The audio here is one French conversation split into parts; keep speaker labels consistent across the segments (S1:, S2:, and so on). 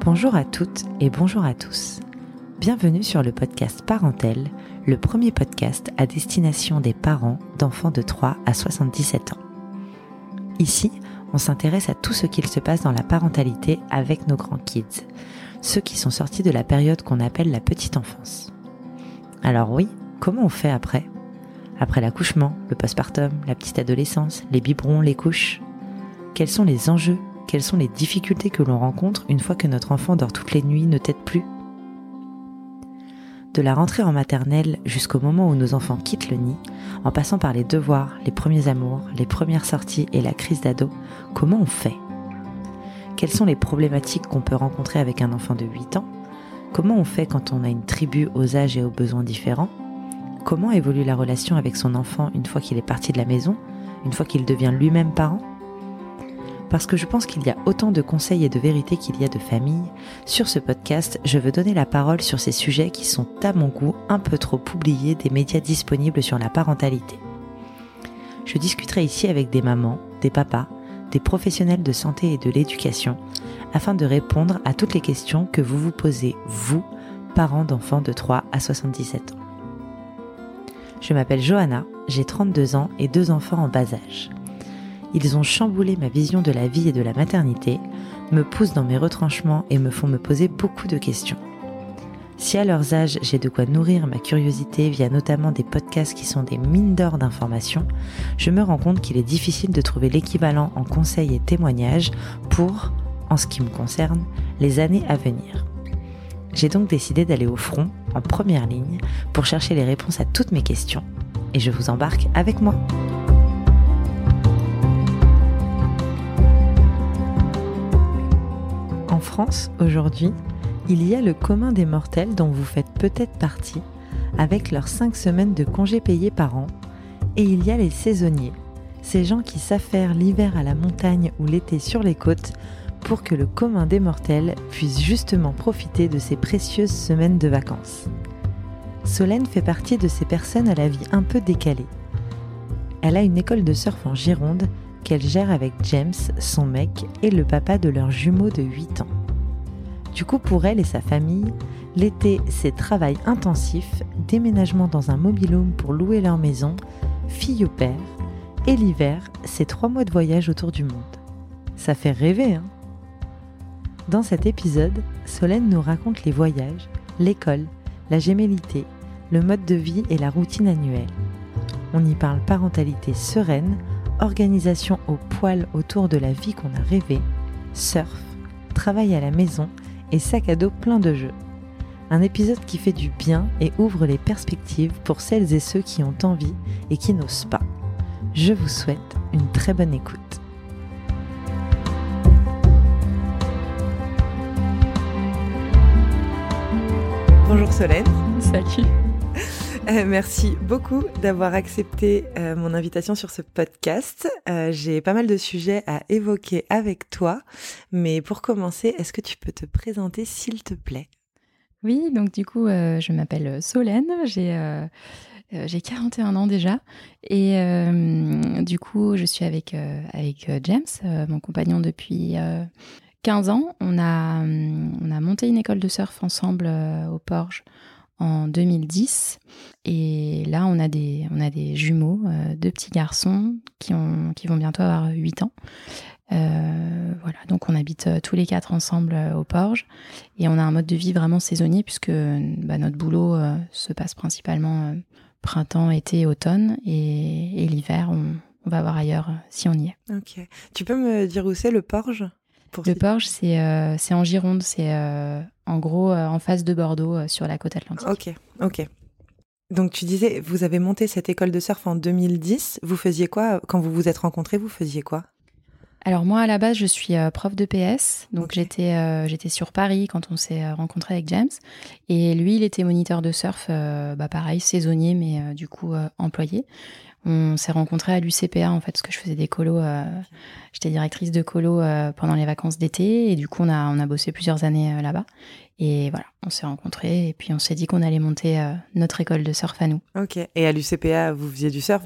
S1: Bonjour à toutes et bonjour à tous. Bienvenue sur le podcast Parentèle, le premier podcast à destination des parents d'enfants de 3 à 77 ans. Ici, on s'intéresse à tout ce qu'il se passe dans la parentalité avec nos grands kids, ceux qui sont sortis de la période qu'on appelle la petite enfance. Alors oui, comment on fait après ? Après l'accouchement, le postpartum, la petite adolescence, les biberons, les couches ? Quels sont les enjeux ? Quelles sont les difficultés que l'on rencontre une fois que notre enfant dort toutes les nuits, ne tète plus ? De la rentrée en maternelle jusqu'au moment où nos enfants quittent le nid, en passant par les devoirs, les premiers amours, les premières sorties et la crise d'ado, comment on fait ? Quelles sont les problématiques qu'on peut rencontrer avec un enfant de 8 ans ? Comment on fait quand on a une tribu aux âges et aux besoins différents ? Comment évolue la relation avec son enfant une fois qu'il est parti de la maison, une fois qu'il devient lui-même parent ? Parce que je pense qu'il y a autant de conseils et de vérités qu'il y a de familles, sur ce podcast, je veux donner la parole sur ces sujets qui sont, à mon goût, un peu trop oubliés des médias disponibles sur la parentalité. Je discuterai ici avec des mamans, des papas, des professionnels de santé et de l'éducation, afin de répondre à toutes les questions que vous vous posez, vous, parents d'enfants de 3 à 77 ans. Je m'appelle Johanna, j'ai 32 ans et 2 enfants en bas âge. Ils ont chamboulé ma vision de la vie et de la maternité, me poussent dans mes retranchements et me font me poser beaucoup de questions. Si à leurs âges, j'ai de quoi nourrir ma curiosité via notamment des podcasts qui sont des mines d'or d'informations, je me rends compte qu'il est difficile de trouver l'équivalent en conseils et témoignages pour, en ce qui me concerne, les années à venir. J'ai donc décidé d'aller au front, en première ligne, pour chercher les réponses à toutes mes questions. Et je vous embarque avec moi. En France, aujourd'hui, il y a le commun des mortels dont vous faites peut-être partie, avec leurs 5 semaines de congés payés par an, et il y a les saisonniers, ces gens qui s'affairent l'hiver à la montagne ou l'été sur les côtes pour que le commun des mortels puisse justement profiter de ces précieuses semaines de vacances. Solène fait partie de ces personnes à la vie un peu décalée. Elle a une école de surf en Gironde qu'elle gère avec James, son mec, et le papa de leur jumeau de 8 ans. Du coup, pour elle et sa famille, l'été, c'est travail intensif, déménagement dans un mobil-home pour louer leur maison, fille au père, et l'hiver, c'est 3 mois de voyage autour du monde. Ça fait rêver, hein ? Dans cet épisode, Solène nous raconte les voyages, l'école, la gémellité, le mode de vie et la routine annuelle. On y parle parentalité sereine, organisation au poil autour de la vie qu'on a rêvé, surf, travail à la maison et sac à dos plein de jeux. Un épisode qui fait du bien et ouvre les perspectives pour celles et ceux qui ont envie et qui n'osent pas. Je vous souhaite une très bonne écoute. Bonjour Solène.
S2: Salut.
S1: Merci beaucoup d'avoir accepté mon invitation sur ce podcast. J'ai pas mal de sujets à évoquer avec toi, mais pour commencer, est-ce que tu peux te présenter s'il te plaît ?
S2: Oui, donc du coup, je m'appelle Solène, j'ai 41 ans déjà, et du coup, je suis avec James, mon compagnon depuis 15 ans. On a monté une école de surf ensemble au Porge en 2010, et là on a des jumeaux, 2 petits garçons qui vont bientôt avoir 8 ans. Voilà, donc on habite tous les 4 ensemble au Porge, et on a un mode de vie vraiment saisonnier puisque notre boulot se passe principalement printemps, été, automne, et l'hiver on va voir ailleurs si on y est.
S1: Ok. Tu peux me dire où c'est le Porge ?
S2: Le Porge, c'est en Gironde, c'est en gros en face de Bordeaux, sur la côte atlantique.
S1: Ok. Donc tu disais, vous avez monté cette école de surf en 2010. Vous faisiez quoi ? Quand vous vous êtes rencontrés, vous faisiez quoi ?
S2: Alors moi, à la base, je suis prof de PS. Donc
S1: Ok.
S2: j'étais sur Paris quand on s'est rencontrés avec James. Et lui, il était moniteur de surf, pareil, saisonnier, mais du coup employé. On s'est rencontrés à l'UCPA, en fait, parce que je faisais des colos. J'étais directrice de colo pendant les vacances d'été. Et du coup, on a bossé plusieurs années là-bas. Et voilà, on s'est rencontrés. Et puis, on s'est dit qu'on allait monter notre école de surf à nous.
S1: Ok. Et à l'UCPA, vous faisiez du surf, du coup ?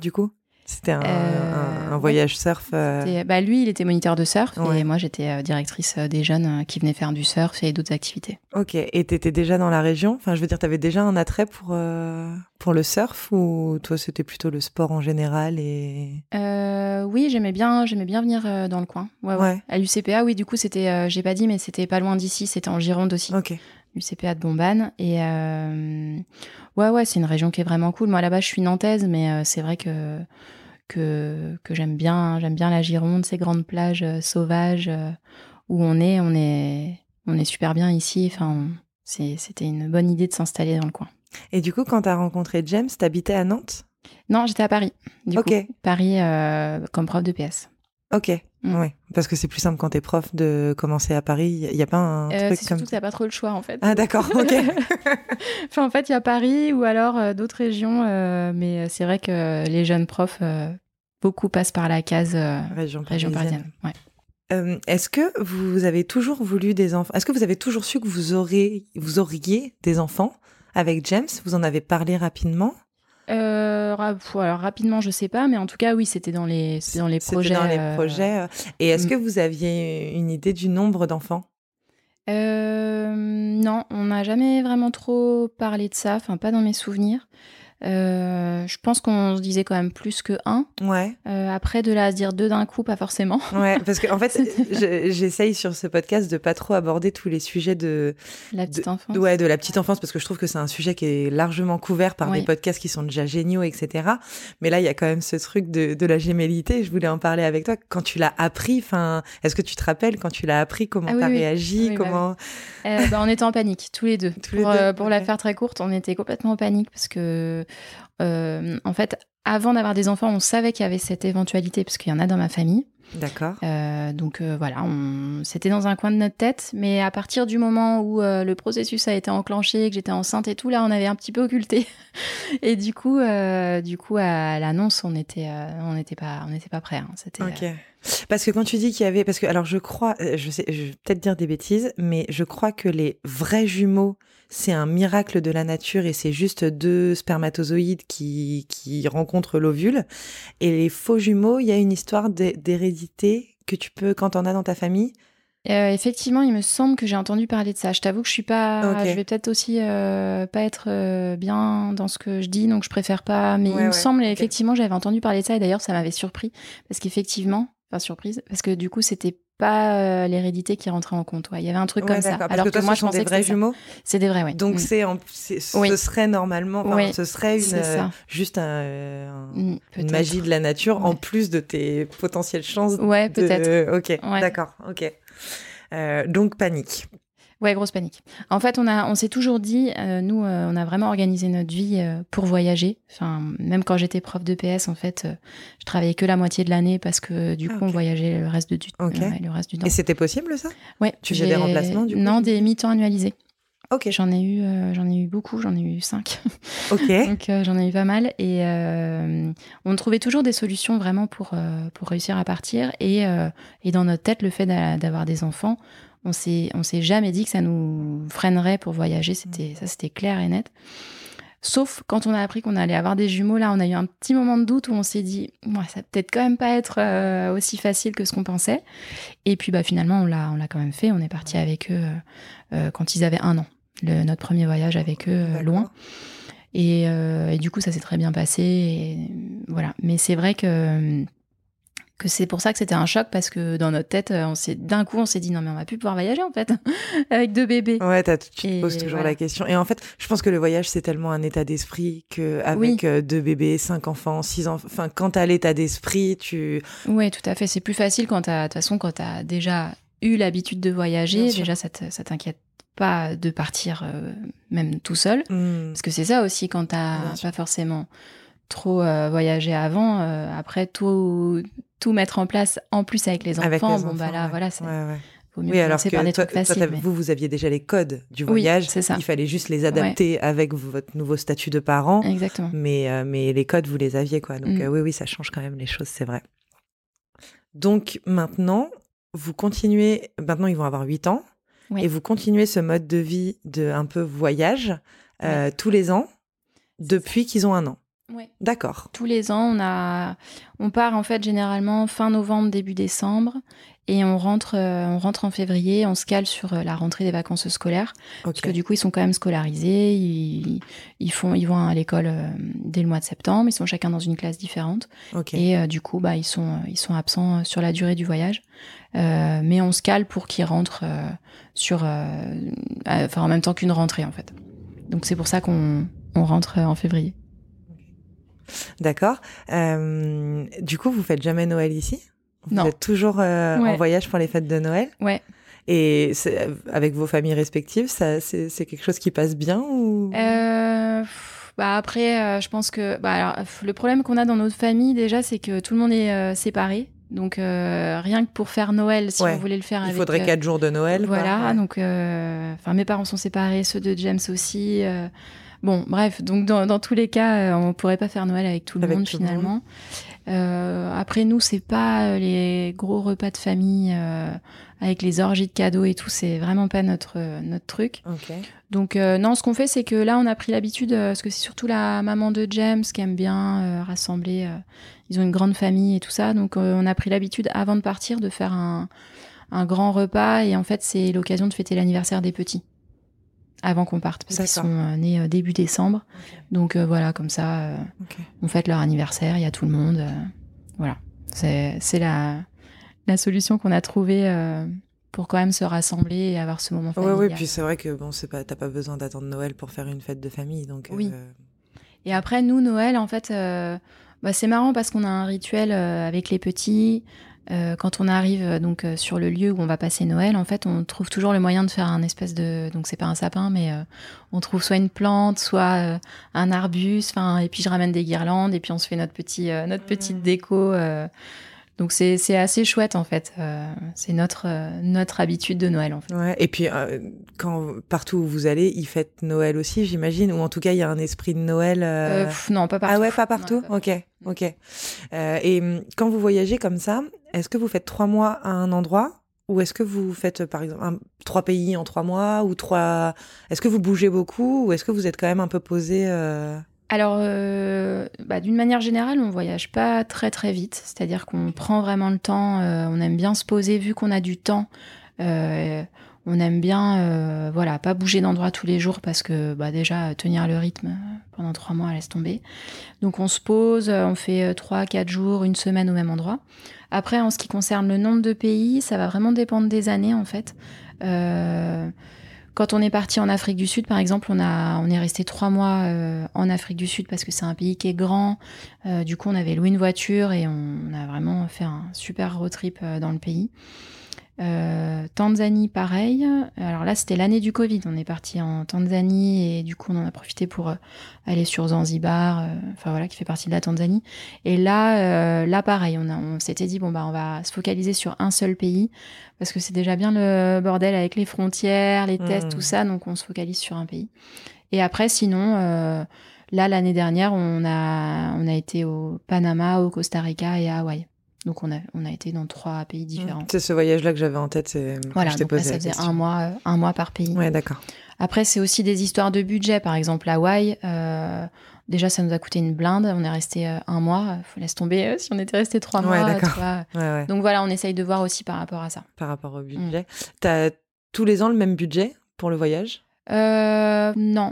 S1: C'était un voyage surf.
S2: Lui, il était moniteur de surf
S1: Ouais.
S2: et moi, j'étais directrice des jeunes qui venaient faire du surf et d'autres activités.
S1: Ok, et t'étais déjà dans la région? Enfin, je veux dire, t'avais déjà un attrait pour le surf ou toi, c'était plutôt le sport en général et...
S2: Oui, j'aimais bien venir dans le coin. Ouais. À l'UCPA, oui, du coup, c'était, j'ai pas dit, mais c'était pas loin d'ici, c'était en Gironde aussi.
S1: Ok.
S2: UCPA de Bombane. Et ouais, c'est une région qui est vraiment cool. Moi, là-bas, je suis nantaise, mais c'est vrai que j'aime bien la Gironde, ces grandes plages sauvages où on est super bien ici. Enfin, c'était une bonne idée de s'installer dans le coin.
S1: Et du coup, quand t'as rencontré James, t'habitais à Nantes?
S2: Non, j'étais à Paris, du coup. Paris comme prof de PS.
S1: Ok, oui. Parce que c'est plus simple quand t'es prof de commencer à Paris. Il n'y a pas un truc
S2: c'est
S1: comme...
S2: surtout que t'as pas trop le choix, en fait.
S1: Ah, d'accord, ok.
S2: Enfin, en fait, il y a Paris ou alors d'autres régions. Mais c'est vrai que les jeunes profs, beaucoup passent par la case région parisienne. Ouais.
S1: Est-ce que vous avez toujours voulu des enfants? Est-ce que vous avez toujours su que vous auriez des enfants avec James? Vous en avez parlé rapidement?
S2: Alors rapidement, je sais pas, mais en tout cas, oui, c'était dans les projets.
S1: C'était dans les projets. Et est-ce que vous aviez une idée du nombre d'enfants?
S2: Non, on n'a jamais vraiment trop parlé de ça, enfin pas dans mes souvenirs. Je pense qu'on se disait quand même plus que un.
S1: Ouais.
S2: Après, de là à se dire deux d'un coup, pas forcément.
S1: Ouais, parce qu'en fait, j'essaye sur ce podcast de pas trop aborder tous les sujets de
S2: la petite enfance.
S1: Ouais, de la petite enfance, parce que je trouve que c'est un sujet qui est largement couvert par des podcasts qui sont déjà géniaux, etc. Mais là, il y a quand même ce truc de la gémellité. Je voulais en parler avec toi. Quand tu l'as appris, est-ce que tu te rappelles quand tu l'as appris, comment t'as réagi, comment...
S2: On était en panique, tous les deux. Pour la faire très courte, on était complètement en panique parce que, en fait, avant d'avoir des enfants, on savait qu'il y avait cette éventualité parce qu'il y en a dans ma famille.
S1: D'accord.
S2: Donc voilà, c'était dans un coin de notre tête, mais à partir du moment où le processus a été enclenché, que j'étais enceinte et tout, là, on avait un petit peu occulté. Et du coup, à l'annonce, on n'était pas prêts. Hein. C'était.
S1: Ok. Parce que quand tu dis qu'il y avait, parce que alors je crois, je vais peut-être dire des bêtises, mais je crois que les vrais jumeaux, c'est un miracle de la nature et c'est juste deux spermatozoïdes qui rencontrent l'ovule. Et les faux jumeaux, il y a une histoire d'hérédité que tu peux, quand t'en as dans ta famille.
S2: Effectivement, il me semble que j'ai entendu parler de ça. Je t'avoue que je suis pas, je vais peut-être aussi pas être bien dans ce que je dis, donc je préfère pas. Mais il me semble effectivement, j'avais entendu parler de ça et d'ailleurs ça m'avait surpris parce qu'effectivement, surprise, parce que du coup c'était pas l'hérédité qui rentrait en compte. Ouais, il y avait un truc comme ça.
S1: Alors que moi je pensais que c'était des vrais jumeaux.
S2: C'est des vrais, oui.
S1: Donc ce serait normalement, ce serait juste une magie de la nature en plus de tes potentielles chances.
S2: Ouais, peut-être.
S1: Ok, d'accord, ok. Donc panique.
S2: Ouais, grosse panique. En fait, on s'est toujours dit, nous, on a vraiment organisé notre vie pour voyager. Enfin, même quand j'étais prof de PS, en fait, je travaillais que la moitié de l'année parce que du coup, on voyageais le reste du temps.
S1: Et c'était possible, ça?
S2: Ouais.
S1: Tu faisais des remplacements, du coup?
S2: Non, des mi-temps annualisés.
S1: Ok.
S2: J'en ai eu beaucoup, j'en ai eu 5.
S1: Ok.
S2: Donc, j'en ai eu pas mal. Et on trouvait toujours des solutions vraiment pour réussir à partir. Et dans notre tête, le fait d'avoir des enfants, on s'est jamais dit que ça nous freinerait pour voyager. C'était clair et net. Sauf quand on a appris qu'on allait avoir des jumeaux, là, on a eu un petit moment de doute où on s'est dit, ça va peut-être quand même pas être aussi facile que ce qu'on pensait. Et puis, finalement, on l'a quand même fait. On est parti avec eux quand ils avaient 1 an. Notre premier voyage avec eux, loin. Et du coup, ça s'est très bien passé. Et voilà. Mais c'est vrai que c'est pour ça que c'était un choc parce que dans notre tête, d'un coup, on s'est dit non mais on va plus pouvoir voyager en fait avec 2 bébés.
S1: Ouais, tu te poses toujours la question. Et en fait, je pense que le voyage c'est tellement un état d'esprit que avec 2 bébés, 5 enfants, 6 enfants, enfin quand t'as l'état d'esprit,
S2: Oui, tout à fait. C'est plus facile quand t'as déjà eu l'habitude de voyager. Déjà, ça t'inquiète pas de partir même tout seul, parce que c'est ça aussi quand t'as pas forcément trop voyagé avant. Après tout mettre en place en plus avec les enfants, voilà, c'est vaut mieux commencer par des trucs faciles.
S1: Vous aviez déjà les codes du voyage,
S2: c'est ça.
S1: Il fallait juste les adapter avec votre nouveau statut de parent.
S2: Exactement.
S1: Mais les codes vous les aviez quoi. Donc oui, ça change quand même les choses, c'est vrai. Donc maintenant vous continuez. Maintenant ils vont avoir 8 ans et vous continuez ce mode de vie de un peu voyage tous les ans depuis qu'ils ont 1 an.
S2: Ouais.
S1: D'accord.
S2: Tous les ans, on part en fait généralement fin novembre, début décembre, et on rentre en février. On se cale sur la rentrée des vacances scolaires, parce que du coup ils sont quand même scolarisés. Ils vont à l'école dès le mois de septembre. Ils sont chacun dans une classe différente, et du coup ils sont absents sur la durée du voyage. Mais on se cale pour qu'ils rentrent en même temps qu'une rentrée en fait. Donc c'est pour ça qu'on rentre en février.
S1: D'accord. Du coup, vous faites jamais Noël ici ? Vous êtes toujours en voyage pour les fêtes de Noël ?
S2: Ouais.
S1: Et avec vos familles respectives, c'est quelque chose qui passe bien ou...
S2: Après, je pense que le problème qu'on a dans notre famille déjà, c'est que tout le monde est séparé. Donc rien que pour faire Noël, si on voulait le faire
S1: il faudrait 4 jours de Noël.
S2: Voilà. Donc, mes parents sont séparés, ceux de James aussi. Bon, bref, donc dans tous les cas, on pourrait pas faire Noël avec tout le monde finalement. Après, nous, c'est pas les gros repas de famille avec les orgies de cadeaux et tout, c'est vraiment pas notre truc. Donc non, ce qu'on fait, c'est que là, on a pris l'habitude, parce que c'est surtout la maman de James qui aime bien rassembler. Ils ont une grande famille et tout ça, donc on a pris l'habitude avant de partir de faire un grand repas, et en fait, c'est l'occasion de fêter l'anniversaire des petits. Avant qu'on parte, parce qu'ils sont nés début décembre. Donc voilà, comme ça, on fête leur anniversaire, il y a tout le monde. Voilà, c'est la solution qu'on a trouvée pour quand même se rassembler et avoir ce moment familial.
S1: Oui, puis c'est vrai que t'as pas besoin d'attendre Noël pour faire une fête de famille. Donc,
S2: oui. Et après, nous, Noël, en fait, c'est marrant parce qu'on a un rituel avec les petits. Quand on arrive sur le lieu où on va passer Noël, en fait, on trouve toujours le moyen de faire un espèce de... Donc, c'est pas un sapin, mais on trouve soit une plante, soit un arbuste. Et puis, je ramène des guirlandes et puis on se fait notre petite déco. Donc, c'est assez chouette, en fait. C'est notre habitude de Noël, en fait.
S1: Ouais, et puis, partout où vous allez, ils fêtent Noël aussi, j'imagine. Ou en tout cas, il y a un esprit de Noël.
S2: Non, pas partout.
S1: Ah ouais, pas partout. Non, pas partout. Ok. Et quand vous voyagez comme ça, est-ce que vous faites 3 mois à un endroit, ou est-ce que vous faites, par exemple, 3 pays en 3 mois, ou est-ce que vous bougez beaucoup, ou est-ce que vous êtes quand même un peu posé
S2: Alors, d'une manière générale, on voyage pas très très vite. C'est-à-dire qu'on prend vraiment le temps. On aime bien se poser, vu qu'on a du temps. On aime bien, pas bouger d'endroit tous les jours, parce que déjà tenir le rythme pendant 3 mois, laisse tomber. Donc on se pose, on fait 3-4 jours, une semaine au même endroit. Après, en ce qui concerne le nombre de pays, ça va vraiment dépendre des années en fait. Quand on est parti en Afrique du Sud, par exemple, on est resté 3 mois en Afrique du Sud, parce que c'est un pays qui est grand. Du coup, on avait loué une voiture et on a vraiment fait un super road trip dans le pays. Tanzanie, pareil. Alors là, c'était l'année du Covid. On est parti en Tanzanie et du coup, on en a profité pour aller sur Zanzibar, qui fait partie de la Tanzanie. Et là, pareil, on s'était dit on va se focaliser sur un seul pays, parce que c'est déjà bien le bordel avec les frontières, les tests, tout ça. Donc, on se focalise sur un pays. Et après, sinon, là, l'année dernière, on a été au Panama, au Costa Rica et à Hawaï. Donc, on a été dans 3 pays différents.
S1: C'est ce voyage-là que j'avais en tête.
S2: Voilà, donc là, ça faisait un mois par pays.
S1: Ouais, d'accord.
S2: Après, c'est aussi des histoires de budget. Par exemple, Hawaï, déjà, ça nous a coûté une blinde. On est resté 1 mois. Laisse tomber si on était resté 3 mois.
S1: Ouais, d'accord. Ouais.
S2: Donc voilà, on essaye de voir aussi par rapport à ça.
S1: Par rapport au budget. T'as tous les ans le même budget pour le voyage ?
S2: Non.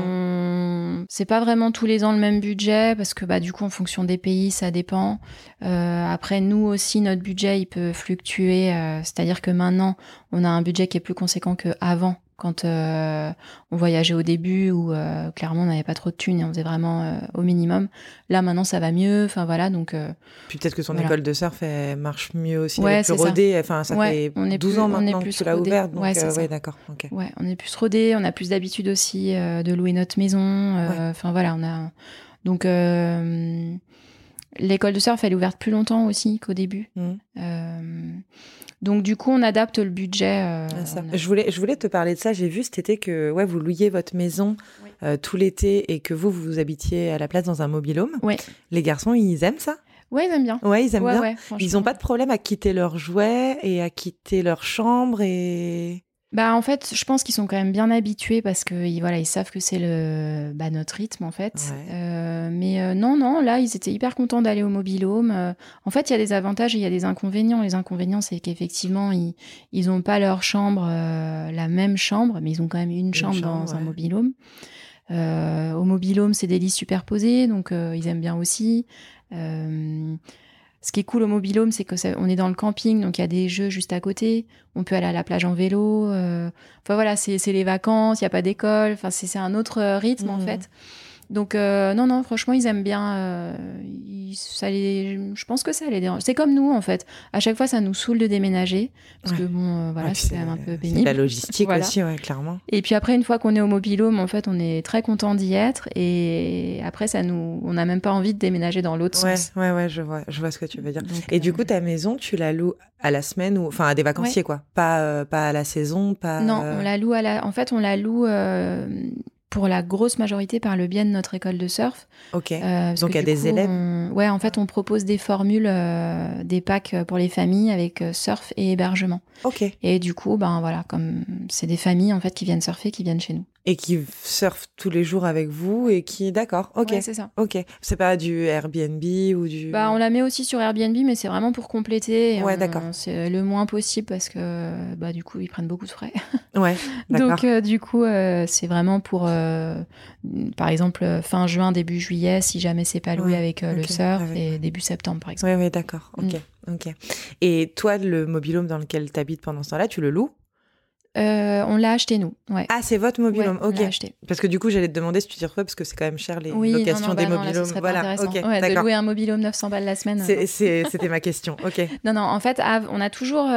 S2: C'est pas vraiment tous les ans le même budget, parce que du coup, en fonction des pays, ça dépend. Après, nous aussi, notre budget, il peut fluctuer. C'est-à-dire que maintenant, on a un budget qui est plus conséquent qu'avant, quand on voyageait au début, où clairement, on n'avait pas trop de thunes et on faisait vraiment au minimum. Là, maintenant, ça va mieux. Enfin, voilà, donc...
S1: Puis peut-être que son école de surf, elle marche mieux aussi.
S2: Ouais,
S1: elle est plus rodée. Enfin, ça fait
S2: on est
S1: 12 ans maintenant que tu l'as ouverte. Donc,
S2: ouais,
S1: d'accord. Okay.
S2: Ouais, on est plus rodé. On a plus d'habitude aussi de louer notre maison. Enfin, voilà, on a... Donc, l'école de surf, elle est ouverte plus longtemps aussi qu'au début. Donc, du coup, on adapte le budget.
S1: Je voulais te parler de ça. J'ai vu cet été que vous louiez votre maison tout l'été, et que vous habitiez à la place dans un mobil-home.
S2: Ouais.
S1: Les garçons, ils aiment ça ?
S2: Ouais, ils aiment bien.
S1: Ouais, ils aiment bien.
S2: Ouais,
S1: ils n'ont pas de problème à quitter leurs jouets et à quitter leur chambre et...
S2: Bah, en fait, je pense qu'ils sont quand même bien habitués parce que voilà, ils savent que c'est notre rythme, en fait. Mais non, là, ils étaient hyper contents d'aller au mobil-home. En fait, il y a des avantages et il y a des inconvénients. Les inconvénients, c'est qu'effectivement, ils ont pas leur chambre, la même chambre, mais ils ont quand même une chambre dans un mobil-home. Au mobil-home, c'est des lits superposés, donc ils aiment bien aussi. Ce qui est cool au mobil-home, c'est on est dans le camping, donc il y a des jeux juste à côté. On peut aller à la plage en vélo. Enfin voilà, c'est les vacances, il n'y a pas d'école. Enfin, c'est un autre rythme en fait. Donc non, franchement, ils aiment bien. Je pense que ça les dérange. C'est comme nous en fait. À chaque fois, ça nous saoule de déménager parce que voilà, c'est quand même un peu pénible.
S1: C'est la logistique aussi, clairement.
S2: Et puis après, une fois qu'on est au mobil-home, en fait, on est très content d'y être. Et après, on n'a même pas envie de déménager dans l'autre sens.
S1: Ouais, je vois ce que tu veux dire. Donc, et du coup, ta maison, tu la loues à la semaine ou à des vacanciers quoi. Pas à la saison, pas.
S2: Non, on la loue en fait, on la loue. Pour la grosse majorité par le biais de notre école de surf.
S1: Ok. Donc il y a des élèves.
S2: En fait, on propose des formules, des packs pour les familles avec surf et hébergement.
S1: Ok.
S2: Et du coup, voilà, comme c'est des familles en fait qui viennent surfer, qui viennent chez nous.
S1: Et qui surfent tous les jours avec vous et qui, d'accord, ok.
S2: Ouais, c'est ça.
S1: Ok. C'est pas du Airbnb ou du.
S2: On la met aussi sur Airbnb, mais c'est vraiment pour compléter.
S1: D'accord.
S2: C'est le moins possible parce que du coup, ils prennent beaucoup de frais.
S1: Ouais. D'accord.
S2: Donc du coup, c'est vraiment pour, par exemple, fin juin, début juillet, si jamais c'est pas loué avec le surf, et début septembre, par exemple.
S1: Ouais, d'accord. Ok. Et toi, le mobil-home dans lequel tu habites pendant ce temps-là, tu le loues?
S2: On l'a acheté, nous. Ouais.
S1: Ah, c'est votre mobil-home, ok.
S2: On l'a acheté.
S1: Parce que du coup, j'allais te demander si tu t'y retrouvais, parce que c'est quand même cher les locations des mobil-homes.
S2: Voilà, ok. De louer un mobil-home 900 balles la semaine.
S1: C'était ma question, ok.
S2: Non, en fait, on a toujours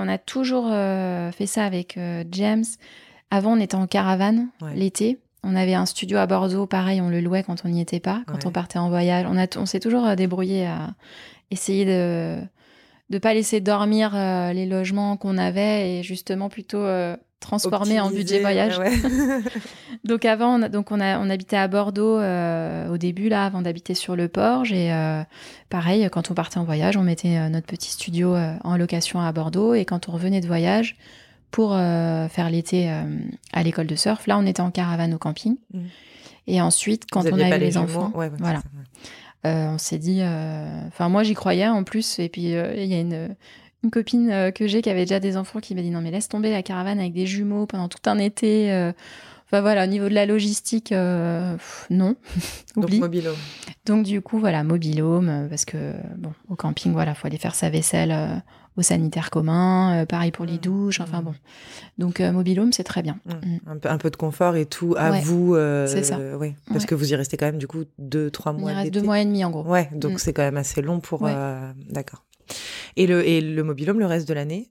S2: fait ça avec James. Avant, on était en caravane l'été. On avait un studio à Bordeaux, pareil, on le louait quand on n'y était pas, quand on partait en voyage. On s'est toujours débrouillé à essayer de ne pas laisser dormir les logements qu'on avait et justement plutôt transformer en budget voyage.
S1: Ouais.
S2: Donc avant, on habitait à Bordeaux au début, là, avant d'habiter sur le Porge. Et pareil, quand on partait en voyage, on mettait notre petit studio en location à Bordeaux. Et quand on revenait de voyage, pour faire l'été à l'école de surf, là, on était en caravane au camping. Et ensuite, quand on a eu les enfants, voilà. On s'est dit... moi, j'y croyais en plus. Et puis, il y a une copine que j'ai qui avait déjà des enfants qui m'a dit « Non, mais laisse tomber la caravane avec des jumeaux pendant tout un été. » Enfin, voilà, au niveau de la logistique, non. Oublie.
S1: Donc, mobil-home.
S2: Donc, du coup, voilà, mobil-home. Parce que, au camping, voilà, il faut aller faire sa vaisselle au sanitaire commun. Pareil pour les douches. Enfin, bon. Donc, mobil-home, c'est très bien.
S1: Un peu de confort et tout à vous.
S2: C'est ça.
S1: Parce que vous y restez quand même, du coup, 2-3 mois.
S2: Il reste 2 mois et demi, en gros.
S1: Ouais, donc c'est quand même assez long pour... D'accord. Et le mobil-home, le reste de l'année?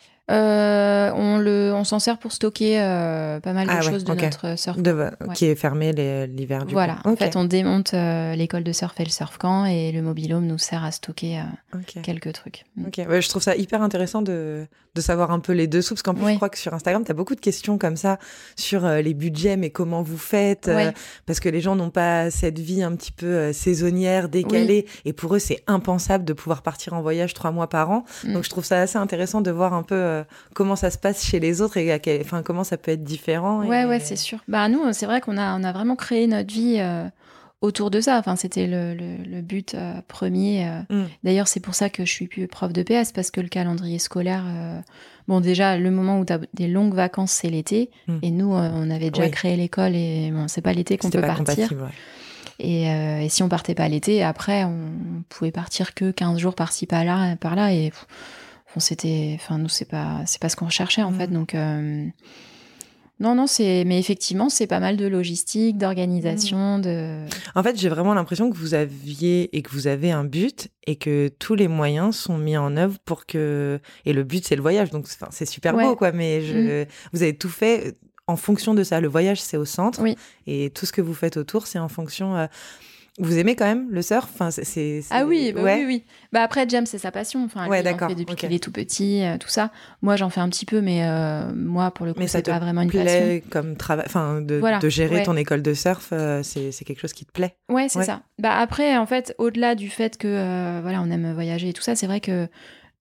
S2: On s'en sert pour stocker pas mal de choses de notre surf.
S1: Qui est fermé l'hiver, du coup.
S2: Voilà. En fait, on démonte l'école de surf et le surf camp et le mobil-home nous sert à stocker quelques trucs.
S1: Ok. Ouais, je trouve ça hyper intéressant de savoir un peu les dessous, parce qu'en plus, je crois que sur Instagram, tu as beaucoup de questions comme ça sur les budgets, mais comment vous faites parce que les gens n'ont pas cette vie un petit peu saisonnière, décalée, et pour eux, c'est impensable de pouvoir partir en voyage 3 mois par an. Donc, je trouve ça assez intéressant de voir un peu comment ça se passe chez les autres et comment ça peut être différent.
S2: Ouais, c'est sûr. Nous, c'est vrai qu'on a vraiment créé notre vie autour de ça. Enfin, c'était le but premier. D'ailleurs, c'est pour ça que je suis plus prof de PS, parce que le calendrier scolaire... déjà, le moment où tu as des longues vacances, c'est l'été. Et nous, on avait déjà créé l'école et c'est pas l'été qu'on peut partir. Et si on partait pas l'été, après, on pouvait partir que 15 jours par-ci, par-là. Et... nous, c'est pas ce qu'on recherchait en fait. Donc, non, mais effectivement, c'est pas mal de logistique, d'organisation,
S1: En fait, j'ai vraiment l'impression que vous aviez et que vous avez un but et que tous les moyens sont mis en œuvre pour que. Et le but, c'est le voyage. Donc, c'est super beau, quoi. Mais vous avez tout fait en fonction de ça. Le voyage, c'est au centre. Oui. Et tout ce que vous faites autour, c'est en fonction. Vous aimez quand même le surf?
S2: Ah oui, oui. Après, James, c'est sa passion. Enfin, lui, il en fait depuis qu'il est tout petit, tout ça. Moi, j'en fais un petit peu, mais moi, pour le coup, c'est pas vraiment une passion.
S1: Mais ça te plaît comme travail, de gérer ton école de surf, c'est quelque chose qui te plaît?
S2: Ouais, c'est ça. Après, en fait, au-delà du fait que, on aime voyager et tout ça, c'est vrai que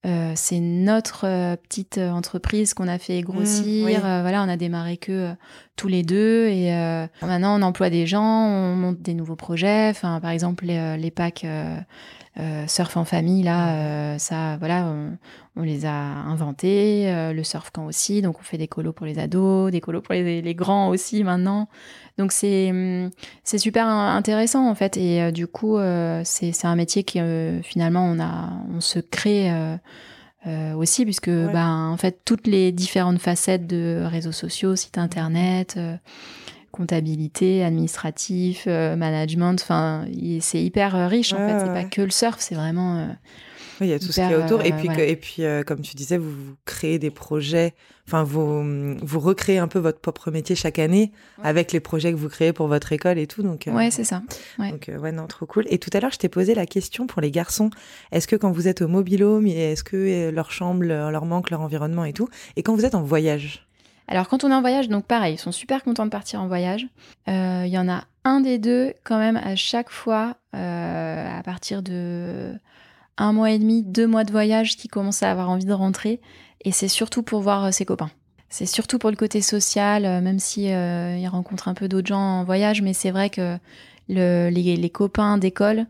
S2: C'est notre petite entreprise qu'on a fait grossir.
S1: Oui.
S2: Voilà, on a démarré tous les deux et maintenant on emploie des gens, on monte des nouveaux projets. Enfin, par exemple les packs surf en famille là, ça voilà, on les a inventés. Le surf camp aussi, donc on fait des colos pour les ados, des colos pour les grands aussi maintenant. Donc c'est super intéressant en fait et du coup c'est un métier qui finalement on se crée aussi puisque en fait toutes les différentes facettes de réseaux sociaux, sites internet, comptabilité, administratif, management, enfin c'est hyper riche en fait, c'est pas que le surf, c'est vraiment
S1: oui, il y a tout ce qui est autour. Et puis,
S2: voilà.
S1: comme tu disais, vous créez des projets, enfin, vous recréez un peu votre propre métier chaque année avec les projets que vous créez pour votre école et tout. Donc,
S2: ouais, c'est ça. Ouais.
S1: Donc, non, trop cool. Et tout à l'heure, je t'ai posé la question pour les garçons. Est-ce que quand vous êtes au mobil-home, est-ce que leur chambre leur manque, leur environnement et tout? Et quand vous êtes en voyage?
S2: Alors, quand on est en voyage, donc pareil, ils sont super contents de partir en voyage. Il y en a un des deux, quand même, à chaque fois, à partir de 1 mois et demi, 2 mois de voyage, qui commence à avoir envie de rentrer. Et c'est surtout pour voir ses copains. C'est surtout pour le côté social, même si il rencontre un peu d'autres gens en voyage. Mais c'est vrai que les copains d'école,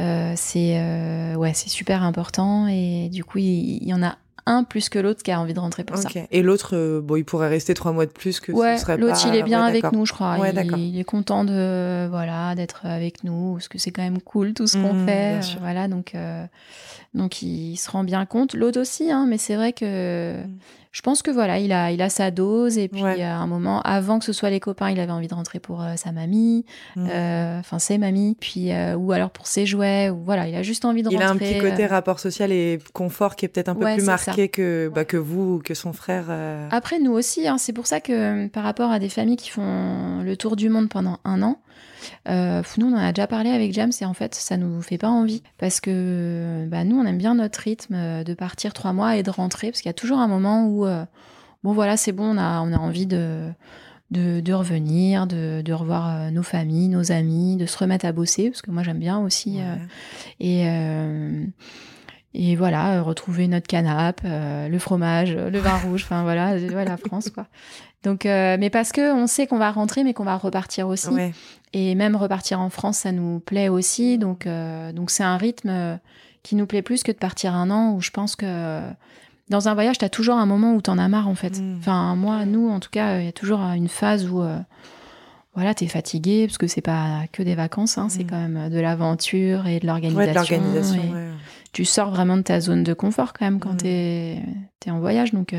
S2: c'est super important. Et du coup, il y en a un plus que l'autre qui a envie de rentrer pour ça.
S1: Et l'autre, il pourrait rester 3 mois de plus que ce serait
S2: l'autre,
S1: pas...
S2: il est bien avec
S1: d'accord.
S2: nous, je crois. Il est content d'être avec nous, parce que c'est quand même cool tout ce qu'on fait. Voilà, donc il se rend bien compte. L'autre aussi, hein, mais c'est vrai que je pense que voilà, il a sa dose. Et puis à un moment, avant que ce soit les copains, il avait envie de rentrer pour sa mamie, enfin ses mamies, puis ou alors pour ses jouets. Ou voilà, il a juste envie de rentrer.
S1: Il a un petit côté rapport social et confort qui est peut-être un peu plus marqué que vous ou que son frère.
S2: Après, nous aussi, hein, c'est pour ça que par rapport à des familles qui font le tour du monde pendant 1 an, nous on en a déjà parlé avec James et en fait ça nous fait pas envie parce que nous on aime bien notre rythme de partir 3 mois et de rentrer parce qu'il y a toujours un moment où bon voilà c'est bon, on a envie de revenir, de revoir nos familles, nos amis, de se remettre à bosser parce que moi j'aime bien aussi et voilà, retrouver notre canapé, le fromage, le vin rouge, enfin voilà, la France quoi. Donc, mais parce que on sait qu'on va rentrer, mais qu'on va repartir aussi.
S1: Ouais.
S2: Et même repartir en France, ça nous plaît aussi. Donc c'est un rythme qui nous plaît plus que de partir 1 an où je pense que dans un voyage, t'as toujours un moment où t'en as marre en fait. Enfin, moi, nous, en tout cas, il y a toujours une phase où voilà, t'es fatigué parce que c'est pas que des vacances, hein, c'est quand même de l'aventure et de l'organisation. Tu sors vraiment de ta zone de confort quand même quand t'es en voyage. Donc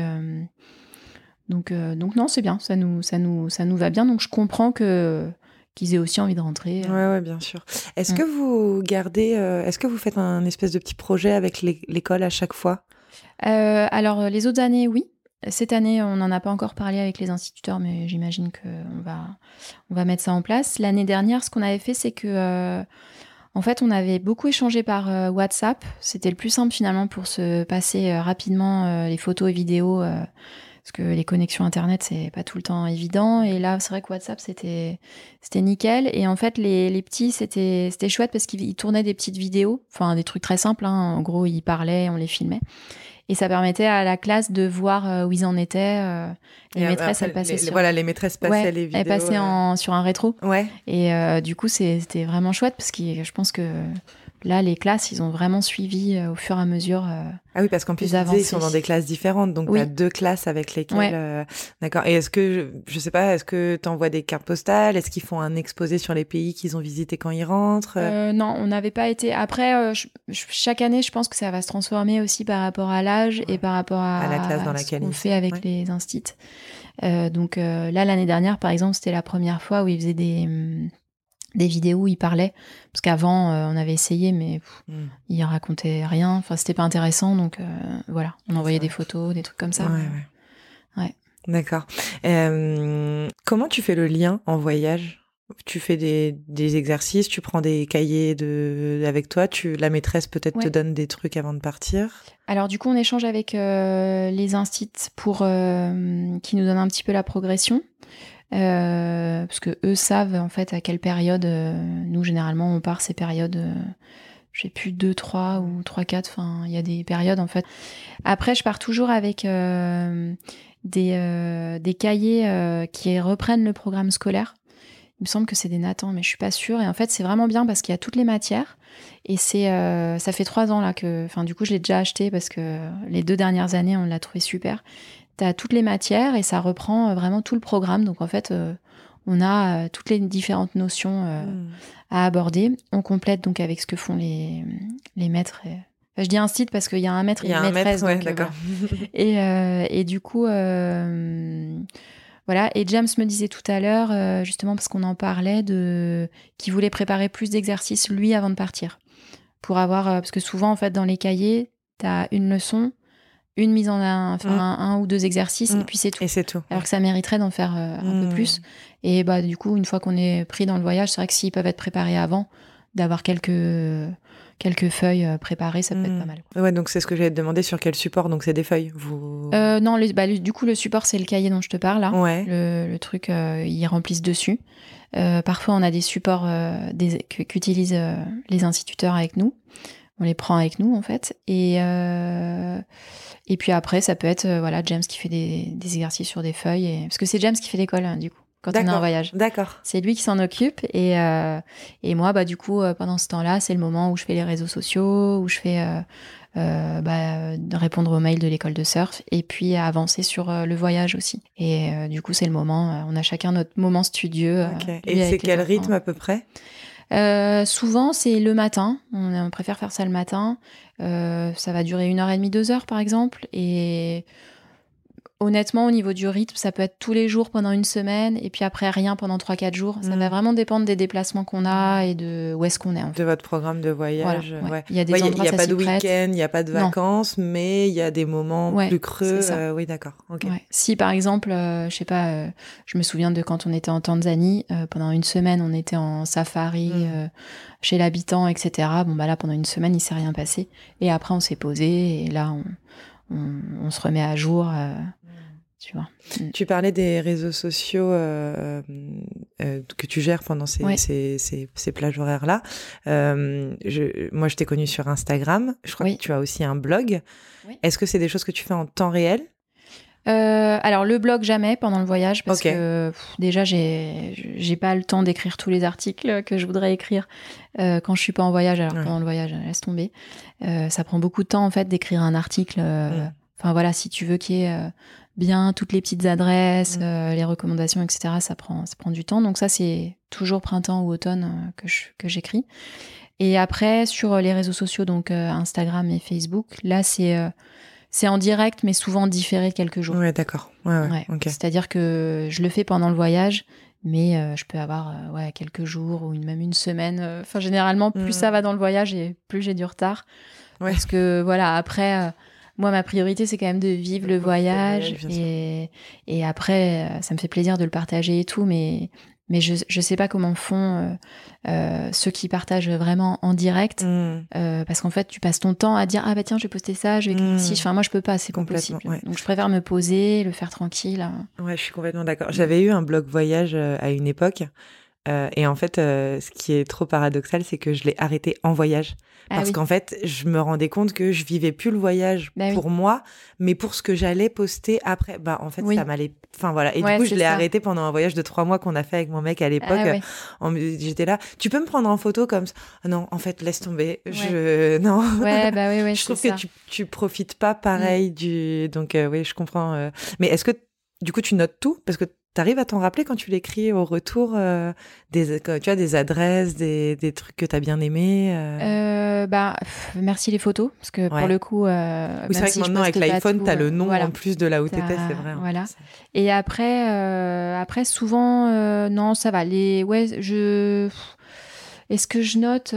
S2: non, c'est bien, ça nous va bien. Donc je comprends qu'ils aient aussi envie de rentrer.
S1: Ouais, bien sûr. Est-ce que vous gardez, est-ce que vous faites un espèce de petit projet avec l'école à chaque fois?
S2: Alors les autres années, oui. Cette année, on n'en a pas encore parlé avec les instituteurs, mais j'imagine qu'on va mettre ça en place. L'année dernière, ce qu'on avait fait, c'est que en fait, on avait beaucoup échangé par WhatsApp. C'était le plus simple finalement pour se passer rapidement les photos et vidéos. Parce que les connexions Internet, c'est pas tout le temps évident. Et là, c'est vrai que WhatsApp, c'était nickel. Et en fait, les petits, c'était chouette parce qu'ils tournaient des petites vidéos. Enfin, des trucs très simples. Hein. En gros, ils parlaient, on les filmait. Et ça permettait à la classe de voir où ils en étaient. Les maîtresses, elles passaient
S1: les maîtresses passaient les vidéos.
S2: Elles passaient sur un rétro.
S1: Ouais.
S2: Et du coup, c'était vraiment chouette parce que je pense que là, les classes, ils ont vraiment suivi au fur et à mesure.
S1: Ah oui, parce qu'en plus, ils sont dans des classes différentes. Donc, tu as 2 classes avec lesquelles... D'accord. Et est-ce que, je sais pas, est-ce que tu envoies des cartes postales? Est-ce qu'ils font un exposé sur les pays qu'ils ont visités quand ils rentrent?
S2: Non, on n'avait pas été... Après, chaque année, je pense que ça va se transformer aussi par rapport à l'âge et par rapport à la classe dans laquelle on fait avec les instits. Donc là, l'année dernière, par exemple, c'était la première fois où ils faisaient des vidéos où il parlait parce qu'avant on avait essayé mais il racontait rien, enfin c'était pas intéressant donc voilà, on envoyait des photos, des trucs comme ça. Ouais.
S1: D'accord. Comment tu fais le lien en voyage? Tu fais des exercices, tu prends des cahiers avec toi, la maîtresse peut-être te donne des trucs avant de partir?
S2: Alors du coup on échange avec les instits pour qui nous donnent un petit peu la progression. Parce que eux savent en fait à quelle période nous généralement on part ces périodes je sais plus, 2, 3 ou 3, 4. Enfin, il y a des périodes, en fait. Après, je pars toujours avec des cahiers qui reprennent le programme scolaire. Il me semble que c'est des Nathan, mais je suis pas sûre. Et en fait, c'est vraiment bien parce qu'il y a toutes les matières. Et ça fait 3 ans là que... Enfin, du coup, je l'ai déjà acheté parce que les 2 dernières années, on l'a trouvé super. T'as toutes les matières et ça reprend vraiment tout le programme. Donc, en fait, on a toutes les différentes notions à aborder. On complète donc avec ce que font les maîtres. Enfin, je dis un site parce qu'il y a un maître et une maîtresse.
S1: Ouais,
S2: donc,
S1: d'accord.
S2: Et du coup... Voilà, et James me disait tout à l'heure, justement parce qu'on en parlait, qu'il voulait préparer plus d'exercices, lui, avant de partir. Pour avoir... parce que souvent, en fait, dans les cahiers, t'as une leçon, une mise en... un ou 2 exercices, et puis c'est tout.
S1: Et c'est tout.
S2: Alors que ça mériterait d'en faire un peu plus. Et bah, du coup, une fois qu'on est pris dans le voyage, c'est vrai que s'ils peuvent être préparés avant, d'avoir quelques feuilles préparées, ça peut être pas mal.
S1: Ouais, donc c'est ce que j'allais te demander, sur quel support. Donc c'est des feuilles.
S2: Non, du coup, le support, c'est le cahier dont je te parle, là.
S1: Ouais.
S2: Le truc, ils remplissent dessus. Parfois, on a des supports qu'utilisent les instituteurs avec nous. On les prend avec nous, en fait. Et puis après, ça peut être James qui fait des exercices sur des feuilles. Parce que c'est James qui fait l'école, du coup, quand on est en voyage.
S1: D'accord.
S2: C'est lui qui s'en occupe. Et moi, du coup, pendant ce temps-là, c'est le moment où je fais les réseaux sociaux, où je fais répondre aux mails de l'école de surf et puis avancer sur le voyage aussi. Et du coup, c'est le moment, on a chacun notre moment studieux.
S1: Okay. Et c'est quel rythme à peu près ?
S2: Souvent, c'est le matin. On préfère faire ça le matin. Ça va durer 1h30, 2h par exemple. Et honnêtement, au niveau du rythme, ça peut être tous les jours pendant une semaine et puis après rien pendant 3-4 jours. Ça va vraiment dépendre des déplacements qu'on a et de où est-ce qu'on est. En fait.
S1: De votre programme de voyage.
S2: Voilà,
S1: ouais.
S2: Il y a des endroits,
S1: il n'y a pas de
S2: week-end,
S1: il n'y a pas de vacances, mais il y a des moments plus creux. Oui, d'accord. Okay.
S2: Ouais. Si par exemple, je sais pas, je me souviens de quand on était en Tanzanie, pendant une semaine, on était en safari chez l'habitant, etc. Bon, là, pendant une semaine, il s'est rien passé. Et après, on s'est posé et là, on se remet à jour. Tu vois.
S1: Tu parlais des réseaux sociaux que tu gères pendant ces plages horaires-là. Moi, je t'ai connue sur Instagram. Je crois que tu as aussi un blog. Oui. Est-ce que c'est des choses que tu fais en temps réel ?
S2: Alors, le blog, jamais pendant le voyage, parce que déjà, j'ai pas le temps d'écrire tous les articles que je voudrais écrire quand je suis pas en voyage. Alors, pendant le voyage, laisse tomber. Ça prend beaucoup de temps, en fait, d'écrire un article. Enfin, voilà, si tu veux qu'il y ait bien toutes les petites adresses, les recommandations, etc., ça prend du temps. Donc ça, c'est toujours printemps ou automne que j'écris. Et après, sur les réseaux sociaux, donc Instagram et Facebook, là, c'est en direct, mais souvent différé de quelques jours.
S1: Ouais, d'accord. Ouais. Okay.
S2: C'est-à-dire que je le fais pendant le voyage, mais je peux avoir quelques jours ou même une semaine. Enfin, généralement, plus ça va dans le voyage et plus j'ai du retard. Ouais. Parce que, après... moi, ma priorité, c'est quand même de vivre le voyage. Et après, ça me fait plaisir de le partager et tout, mais je sais pas comment font ceux qui partagent vraiment en direct. Parce qu'en fait, tu passes ton temps à dire « Ah bah tiens, je vais poster ça, je vais écrire ici. » Enfin, moi, je peux pas, c'est pas possible. Ouais. Donc, je préfère me poser, le faire tranquille.
S1: Ouais, je suis complètement d'accord. J'avais eu un blog voyage à une époque. Et en fait, ce qui est trop paradoxal, c'est que je l'ai arrêté en voyage. Parce qu'en fait, je me rendais compte que je vivais plus le voyage pour moi, mais pour ce que j'allais poster après. En fait, ça m'allait... Enfin, voilà. Et du coup, je l'ai arrêté pendant un voyage de 3 mois qu'on a fait avec mon mec à l'époque. J'étais là, tu peux me prendre en photo comme ça? Non, en fait, laisse tomber. Non. Je trouve que tu profites pas pareil Donc, je comprends. Mais est-ce que, du coup, tu notes tout? Parce que t'arrives à t'en rappeler quand tu l'écris au retour, des adresses, des trucs que t'as bien aimés
S2: merci les photos, parce que pour le coup...
S1: c'est vrai que maintenant, avec l'iPhone, t'as le nom en plus de là où t'étais, c'est vrai.
S2: Voilà. Et après souvent, non, ça va. Est-ce que je note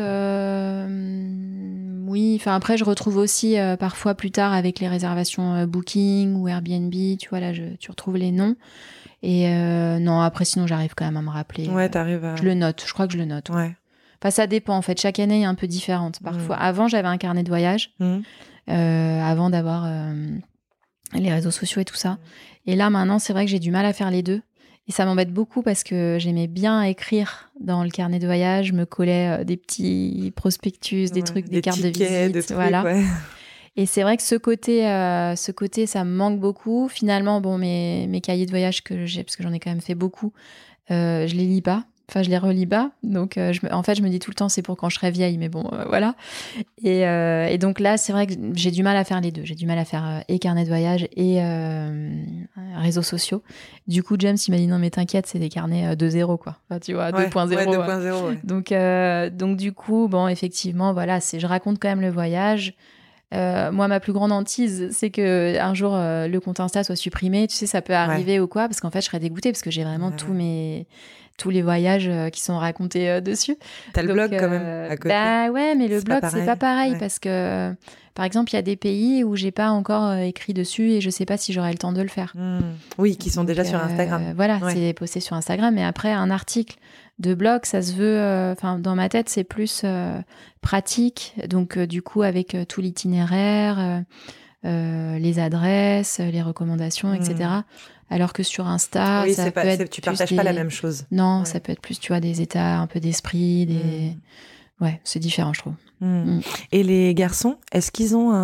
S2: Oui, enfin après je retrouve aussi parfois plus tard avec les réservations Booking ou Airbnb, tu vois, là tu retrouves les noms. Et non, après sinon j'arrive quand même à me rappeler.
S1: Ouais, t'arrives à...
S2: Je le note, je crois que je le note.
S1: Ouais.
S2: Enfin ça dépend en fait, chaque année est un peu différente. Parfois, avant j'avais un carnet de voyage, avant d'avoir les réseaux sociaux et tout ça. Et là maintenant c'est vrai que j'ai du mal à faire les deux. Et ça m'embête beaucoup parce que j'aimais bien écrire dans le carnet de voyage. Je me collais des petits prospectus, des trucs, des cartes de visite.
S1: Des trucs,
S2: voilà.
S1: Ouais.
S2: Et c'est vrai que ce côté, ça me manque beaucoup. Finalement, bon, mes cahiers de voyage que j'ai, parce que j'en ai quand même fait beaucoup, je les lis pas. Enfin, je les relis pas. Donc, en fait, je me dis tout le temps, c'est pour quand je serai vieille. Mais bon, voilà. Et donc là, c'est vrai que j'ai du mal à faire les deux. J'ai du mal à faire et carnet de voyage et réseaux sociaux. Du coup, James, il m'a dit non, mais t'inquiète, c'est des carnets 2.0, quoi. Enfin, tu vois, 2.0.
S1: Ouais, 2.0, ouais.
S2: Donc, du coup, bon, effectivement, voilà, je raconte quand même le voyage. Moi, ma plus grande hantise, c'est que un jour le compte Insta soit supprimé. Tu sais, ça peut arriver ou quoi, parce qu'en fait, je serais dégoûtée parce que j'ai vraiment tous les voyages qui sont racontés dessus.
S1: T'as le blog quand même à côté.
S2: Bah ouais, mais le blog, c'est pas pareil parce que, par exemple, il y a des pays où j'ai pas encore écrit dessus et je sais pas si j'aurai le temps de le faire.
S1: Oui, qui sont déjà sur Instagram.
S2: Voilà, c'est posté sur Instagram. Mais après, un article de blog, ça se veut... dans ma tête, c'est plus pratique. Donc, du coup, avec tout l'itinéraire, les adresses, les recommandations, etc. Alors que sur Insta,
S1: oui,
S2: ça peut être
S1: tu partages pas la même chose.
S2: Non, ça peut être plus, tu vois, des états un peu d'esprit, Ouais, c'est différent, je trouve.
S1: Et les garçons, est-ce qu'ils ont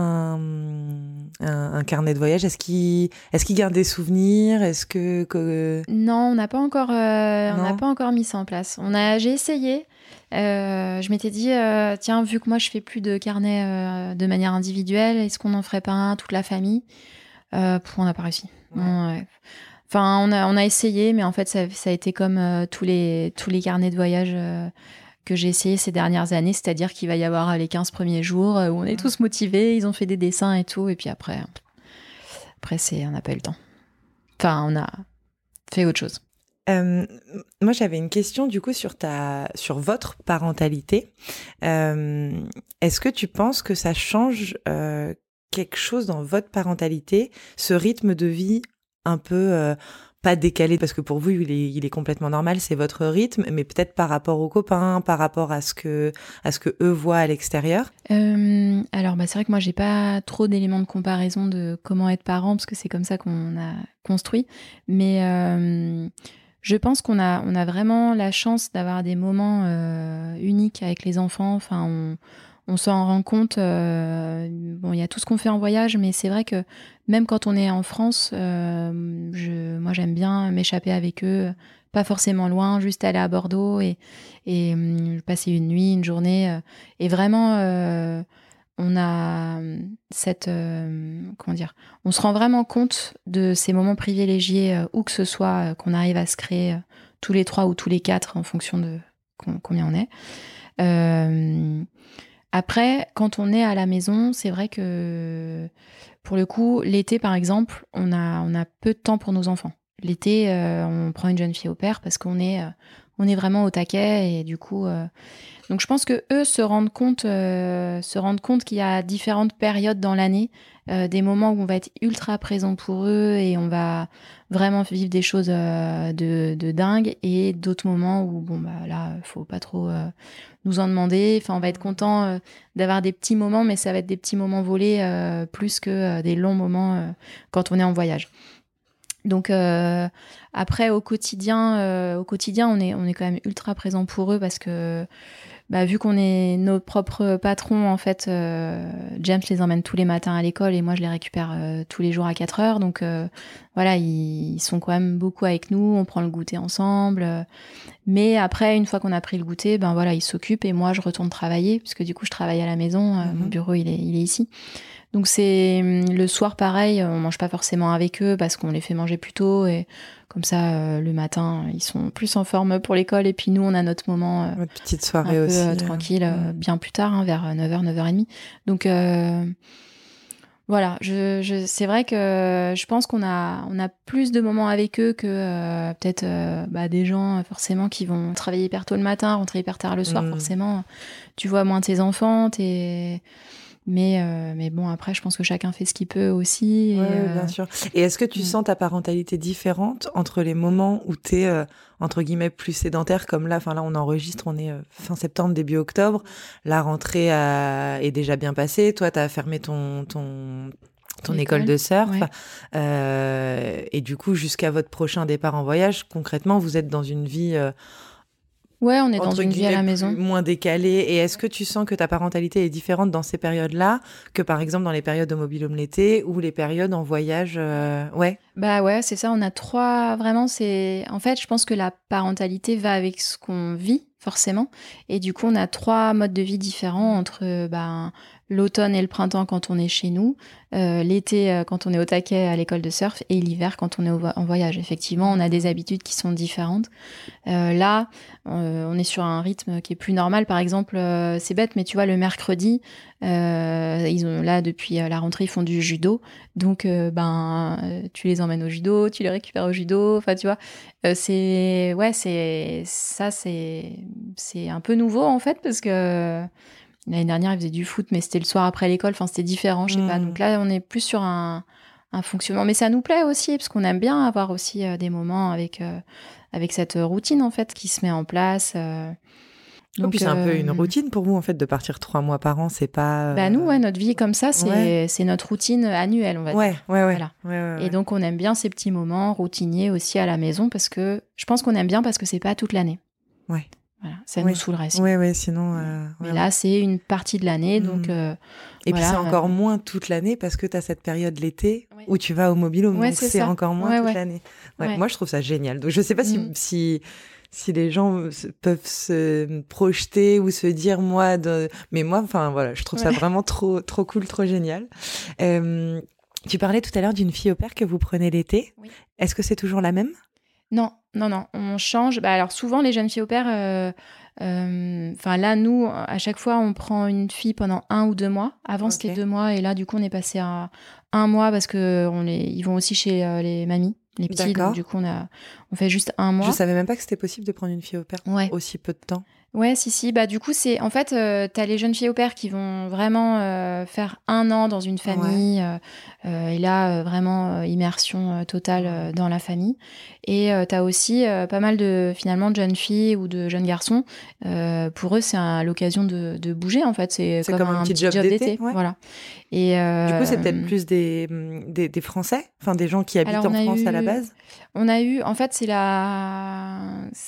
S1: un carnet de voyage ? Est-ce qu'ils gardent des souvenirs ? Est-ce que...
S2: Non, on n'a pas encore mis ça en place. J'ai essayé. Je m'étais dit, tiens, vu que moi je fais plus de carnet de manière individuelle, est-ce qu'on n'en ferait pas un toute la famille ? On n'a pas réussi. Ouais. Enfin, on a essayé, mais en fait, ça a été comme tous les carnets de voyage que j'ai essayé ces dernières années, c'est-à-dire qu'il va y avoir les 15 premiers jours où on est tous motivés, ils ont fait des dessins et tout, et puis après on n'a pas eu le temps. Enfin, on a fait autre chose.
S1: Moi, j'avais une question du coup sur votre parentalité. Est-ce que tu penses que ça change quelque chose dans votre parentalité, ce rythme de vie un peu pas décalé, parce que pour vous il est complètement normal, c'est votre rythme, mais peut-être par rapport aux copains, par rapport à ce que eux voient à l'extérieur.
S2: Alors c'est vrai que moi j'ai pas trop d'éléments de comparaison de comment être parent, parce que c'est comme ça qu'on a construit, mais je pense qu'on a vraiment la chance d'avoir des moments uniques avec les enfants. Enfin, on s'en rend compte. Bon, il y a tout ce qu'on fait en voyage, mais c'est vrai que même quand on est en France, moi j'aime bien m'échapper avec eux, pas forcément loin, juste aller à Bordeaux et passer une nuit, une journée. Et vraiment, on a cette... comment dire ? On se rend vraiment compte de ces moments privilégiés, où que ce soit, qu'on arrive à se créer tous les 3 ou tous les 4 en fonction de combien on est. Après, quand on est à la maison, c'est vrai que, pour le coup, l'été, par exemple, on a peu de temps pour nos enfants. L'été, on prend une jeune fille au père parce qu'on est vraiment au taquet et du coup... Donc je pense que eux se rendent compte qu'il y a différentes périodes dans l'année, des moments où on va être ultra présent pour eux et on va vraiment vivre des choses de dingue, et d'autres moments où là faut pas trop nous en demander. Enfin, on va être content d'avoir des petits moments, mais ça va être des petits moments volés plus que des longs moments quand on est en voyage. Donc après au quotidien on est quand même ultra présent pour eux parce que vu qu'on est nos propres patrons, en fait, James les emmène tous les matins à l'école et moi je les récupère tous les jours à 4h. Donc voilà, ils sont quand même beaucoup avec nous, on prend le goûter ensemble. Mais après, une fois qu'on a pris le goûter, voilà, ils s'occupent et moi je retourne travailler, puisque du coup je travaille à la maison, mon bureau il est ici. Donc c'est le soir pareil, on mange pas forcément avec eux parce qu'on les fait manger plus tôt et comme ça le matin ils sont plus en forme pour l'école et puis nous on a notre moment
S1: notre petite soirée
S2: un peu
S1: aussi
S2: tranquille bien plus tard, vers 9h, 9h30. Donc voilà, c'est vrai que je pense qu'on a plus de moments avec eux que peut-être des gens forcément qui vont travailler hyper tôt le matin, rentrer hyper tard le soir. Forcément tu vois moins tes enfants, mais bon, après, je pense que chacun fait ce qu'il peut aussi.
S1: Oui, bien sûr. Et est-ce que tu sens ta parentalité différente entre les moments où t'es, entre guillemets, plus sédentaire, comme là, là, on enregistre, on est fin septembre, début octobre, la rentrée est déjà bien passée, toi, t'as fermé ton ton école de surf.
S2: Ouais.
S1: Et du coup, jusqu'à votre prochain départ en voyage, concrètement, vous êtes dans une vie...
S2: Ouais, on est dans
S1: entre
S2: une vie à la maison.
S1: moins décalée. Et est-ce que tu sens que ta parentalité est différente dans ces périodes-là que, par exemple, dans les périodes au mobil-home l'été ou les périodes en voyage Ouais.
S2: Bah ouais, c'est ça. On a trois... Vraiment, c'est... En fait, je pense que la parentalité va avec ce qu'on vit, forcément. Et du coup, on a trois modes de vie différents entre l'automne et le printemps quand on est chez nous, l'été quand on est au taquet à l'école de surf et l'hiver quand on est en voyage. Effectivement, on a des habitudes qui sont différentes. Là, on est sur un rythme qui est plus normal. Par exemple, c'est bête, mais tu vois, le mercredi, depuis la rentrée, ils font du judo. Donc, tu les emmènes au judo, tu les récupères au judo. Enfin, tu vois, c'est un peu nouveau en fait parce que l'année dernière, ils faisaient du foot, mais c'était le soir après l'école. Enfin, c'était différent, je sais pas. Donc là, on est plus sur un fonctionnement. Mais ça nous plaît aussi parce qu'on aime bien avoir aussi des moments avec cette routine en fait qui se met en place.
S1: Donc, puis c'est un peu une routine pour vous en fait de partir 3 mois par an, c'est pas.
S2: Nous, notre vie comme ça, c'est notre routine annuelle, on va dire.
S1: Voilà.
S2: Et donc on aime bien ces petits moments routiniers aussi à la maison parce que je pense qu'on aime bien parce que c'est pas toute l'année.
S1: Ouais.
S2: Voilà, ça nous saoulerait.
S1: Sinon.
S2: Mais là, c'est une partie de l'année, donc.
S1: Et puis c'est encore moins toute l'année parce que tu as cette période l'été où tu vas au mobil-home, donc c'est encore moins toute l'année. Moi, je trouve ça génial. Donc je sais pas si les gens peuvent se projeter ou se dire mais moi, enfin voilà, je trouve ça vraiment trop cool, trop génial. Tu parlais tout à l'heure d'une fille au pair que vous prenez l'été. Oui. Est-ce que c'est toujours la même ?
S2: Non, on change. Alors souvent les jeunes filles au pair, là nous, à chaque fois on prend une fille pendant 1 ou 2 mois. Avant c'était 2 mois et là du coup on est passé à 1 mois parce que ils vont aussi chez les mamies, les petits. Donc du coup on fait juste 1 mois.
S1: Je savais même pas que c'était possible de prendre une fille au pair aussi peu de temps.
S2: Ouais, si. Du coup, c'est en fait, t'as les jeunes filles au pair qui vont vraiment faire 1 an dans une famille et là vraiment immersion totale dans la famille. Et t'as aussi pas mal de jeunes filles ou de jeunes garçons. Pour eux, c'est l'occasion de bouger en fait. C'est comme un petit job d'été. Voilà. Et
S1: du coup, c'est peut-être plus des Français, enfin des gens qui habitent en France à la base.
S2: On a eu, en fait, c'est la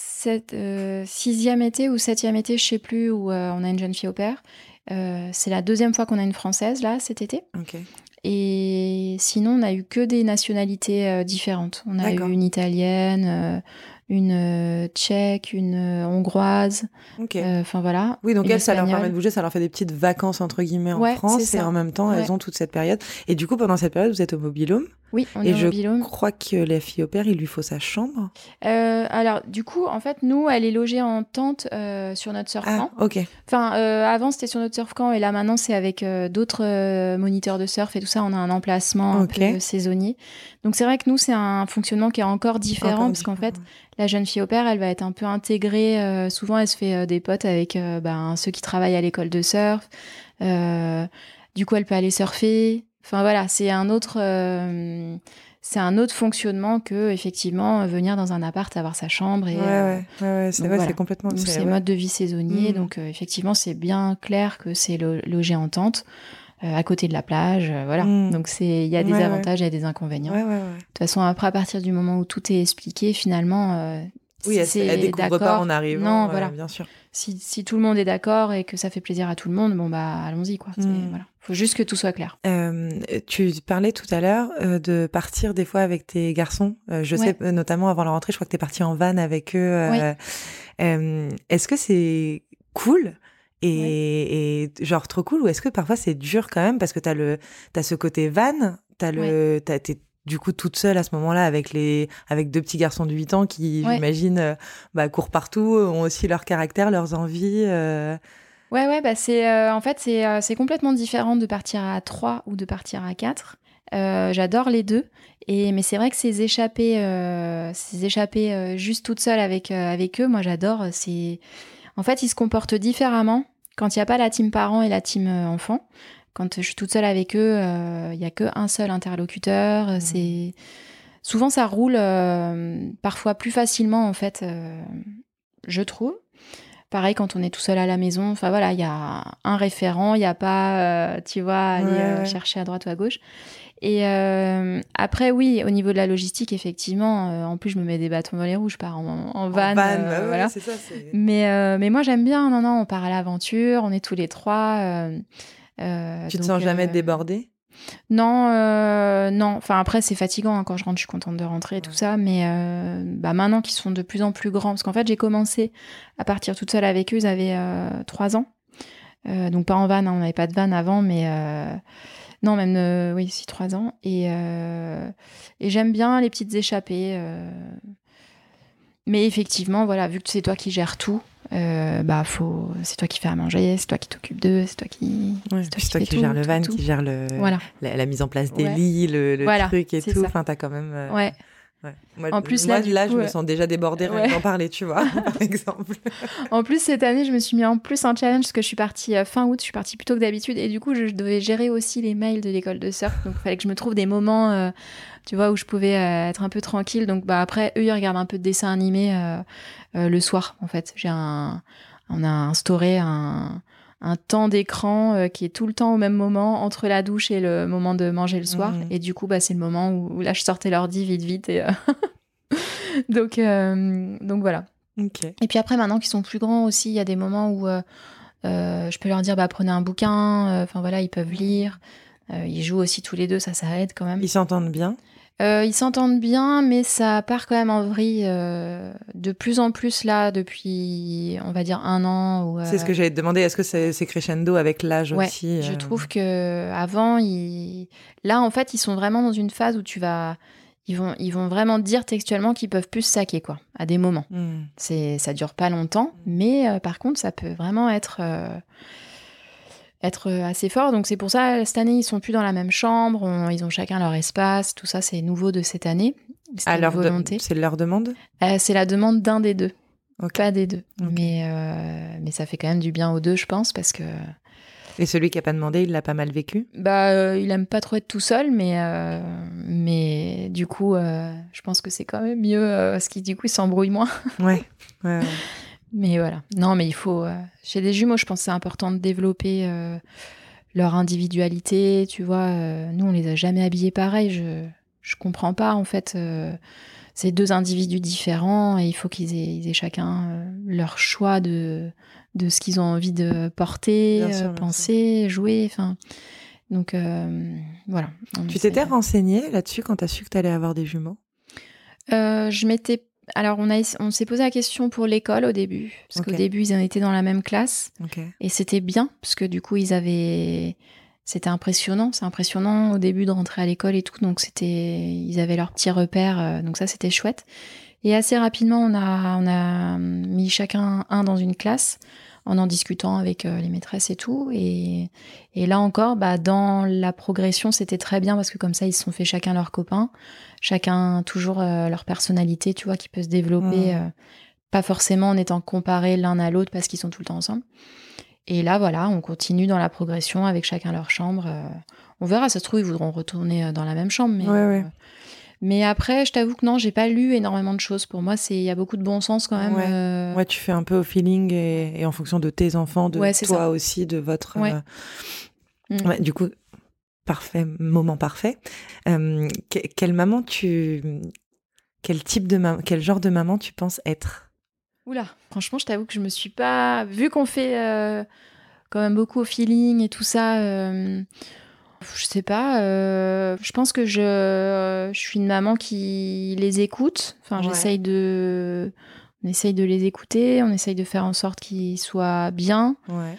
S2: 6e été ou 7e été, je sais plus, où on a une jeune fille au pair. C'est la 2e fois qu'on a une Française, là, cet été.
S1: Okay.
S2: Et sinon, on n'a eu que des nationalités différentes. On a eu une Italienne, une Tchèque, une Hongroise. Enfin, voilà.
S1: Oui, donc elles, ça leur permet de bouger, ça leur fait des petites vacances, entre guillemets, en France. Et en même temps, elles ont toute cette période. Et du coup, pendant cette période, vous êtes au mobil-home.
S2: Oui, on est au mobil-home.
S1: Et je crois que la fille au pair, il lui faut sa chambre.
S2: Alors, du coup, en fait, nous, elle est logée en tente sur notre surf camp.
S1: Ah, ok.
S2: Enfin, avant, c'était sur notre surf camp et là, maintenant, c'est avec d'autres moniteurs de surf et tout ça. On a un emplacement un peu saisonnier. Donc, c'est vrai que nous, c'est un fonctionnement qui est encore différent parce qu'en fait, la jeune fille au pair, elle va être un peu intégrée. Souvent, elle se fait des potes avec ceux qui travaillent à l'école de surf. Du coup, elle peut aller surfer. Enfin voilà, c'est un autre fonctionnement que effectivement venir dans un appart, avoir sa chambre et
S1: c'est complètement.
S2: C'est mode de vie saisonnier, donc effectivement c'est bien clair que c'est logé en tente à côté de la plage, voilà. Donc il y a des avantages et des inconvénients. De toute façon après à partir du moment où tout est expliqué finalement.
S1: Oui, elle découvre pas en arrivant. Non, voilà. Bien sûr.
S2: Si tout le monde est d'accord et que ça fait plaisir à tout le monde, allons-y, quoi. Voilà. Faut juste que tout soit clair.
S1: Tu parlais tout à l'heure de partir des fois avec tes garçons. Je sais, notamment avant la rentrée, je crois que t'es partie en van avec eux. Est-ce que c'est cool et genre trop cool, ou est-ce que parfois c'est dur quand même parce que t'as ce côté van, t'es du coup toute seule à ce moment-là avec 2 petits garçons de 8 ans qui, j'imagine, courent partout, ont aussi leur caractère, leurs envies.
S2: C'est complètement différent de partir à 3 ou de partir à 4. J'adore les deux, mais c'est vrai que ces échappées juste toute seule avec eux, moi j'adore. En fait, ils se comportent différemment quand il n'y a pas la team parents et la team enfants. Quand je suis toute seule avec eux, il n'y a qu'un seul interlocuteur. Souvent, ça roule parfois plus facilement, en fait, je trouve. pareil, quand on est tout seul à la maison, enfin voilà, il y a un référent, il n'y a pas, tu vois, aller chercher à droite ou à gauche. Et après, oui, au niveau de la logistique, effectivement, en plus, je me mets des bâtons dans les roues, je pars en van. Voilà.
S1: C'est ça.
S2: Mais moi, j'aime bien. Non, on part à l'aventure, on est tous les trois.
S1: Tu te sens jamais débordée?
S2: Non. Enfin, après, c'est fatigant. Hein. Quand je rentre, je suis contente de rentrer et tout ça. Mais maintenant qu'ils sont de plus en plus grands, parce qu'en fait, j'ai commencé à partir toute seule avec eux, ils avaient 3 ans. Donc pas en van, hein, on n'avait pas de van avant, mais... Non, même, oui, 3 ans. Et j'aime bien les petites échappées. Mais effectivement, voilà, vu que c'est toi qui gères tout, c'est toi qui fais à manger, c'est toi qui t'occupes d'eux, c'est toi qui...
S1: c'est toi qui gères le van, qui gère la mise en place des lits, le truc et tout. Enfin, t'as quand même... Ouais. Moi, en plus, là, je me sens déjà débordée rien d'en parler, tu vois, par exemple.
S2: En plus, cette année, je me suis mis en plus un challenge parce que je suis partie fin août, je suis partie plus tôt que d'habitude et du coup, je devais gérer aussi les mails de l'école de surf. Donc, il fallait que je me trouve des moments, tu vois, où je pouvais être un peu tranquille. Donc, après, eux, ils regardent un peu de dessins animés le soir, en fait. On a instauré un temps d'écran qui est tout le temps au même moment entre la douche et le moment de manger le soir. Et du coup, c'est le moment où là, je sortais l'ordi vite. Et donc voilà.
S1: Okay.
S2: Et puis après, maintenant qu'ils sont plus grands aussi, il y a des moments où je peux leur dire prenez un bouquin. Enfin voilà, ils peuvent lire. Ils jouent aussi tous les deux, ça aide quand même.
S1: Ils s'entendent bien?
S2: Ils s'entendent bien, mais ça part quand même en vrille de plus en plus là, depuis, on va dire, 1 an.
S1: C'est ce que j'allais te demander, est-ce que c'est crescendo avec l'âge aussi
S2: Je trouve qu'avant, là, en fait, ils sont vraiment dans une phase où ils vont vraiment dire textuellement qu'ils peuvent plus se saquer, quoi, à des moments. Ça dure pas longtemps, mais par contre, ça peut vraiment être assez fort. Donc c'est pour ça, cette année, ils sont plus dans la même chambre, ils ont chacun leur espace, tout ça, c'est nouveau de cette année.
S1: C'est leur volonté. C'est leur demande?
S2: C'est la demande d'un des deux,
S1: pas
S2: des deux. Okay. Mais ça fait quand même du bien aux deux, je pense, parce que...
S1: Et celui qui a pas demandé, il l'a pas mal vécu?
S2: Il aime pas trop être tout seul, mais du coup, je pense que c'est quand même mieux, parce qu'il du coup, il s'embrouille moins.
S1: Ouais.
S2: Mais voilà. Non, mais il faut... chez des jumeaux, je pense que c'est important de développer leur individualité, tu vois. Nous, on les a jamais habillés pareil. Je comprends pas, en fait. C'est 2 individus différents et il faut qu'ils aient chacun leur choix de ce qu'ils ont envie de porter, penser, jouer, enfin... Donc, voilà.
S1: Tu t'étais renseignée là-dessus quand tu as su que tu allais avoir des jumeaux?
S2: Alors, on s'est posé la question pour l'école au début, parce qu'au début, ils en étaient dans la même classe. Et c'était bien, parce que du coup, c'était impressionnant. C'est impressionnant au début de rentrer à l'école et tout. Donc, ils avaient leurs petits repères. Donc ça, c'était chouette. Et assez rapidement, on a mis chacun un dans une classe, en discutant avec les maîtresses et tout. Et là encore, dans la progression, c'était très bien parce que comme ça, ils se sont fait chacun leurs copains, chacun toujours leur personnalité, tu vois, qui peut se développer, pas forcément en étant comparés l'un à l'autre parce qu'ils sont tout le temps ensemble. Et là, voilà, on continue dans la progression avec chacun leur chambre. On verra, ça se trouve, ils voudront retourner dans la même chambre, mais... Mais après, je t'avoue que non, j'ai pas lu énormément de choses. Pour moi, il y a beaucoup de bon sens quand même.
S1: Ouais, tu fais un peu au feeling et en fonction de tes enfants, de toi ça. Aussi, de votre... du coup, parfait, moment parfait. Quelle maman quel genre de maman tu penses être?
S2: Oula, franchement, je t'avoue que je me suis pas... Vu qu'on fait quand même beaucoup au feeling et tout ça... Je sais pas, je pense que je suis une maman qui les écoute. Enfin, on essaye de les écouter, on essaye de faire en sorte qu'ils soient bien.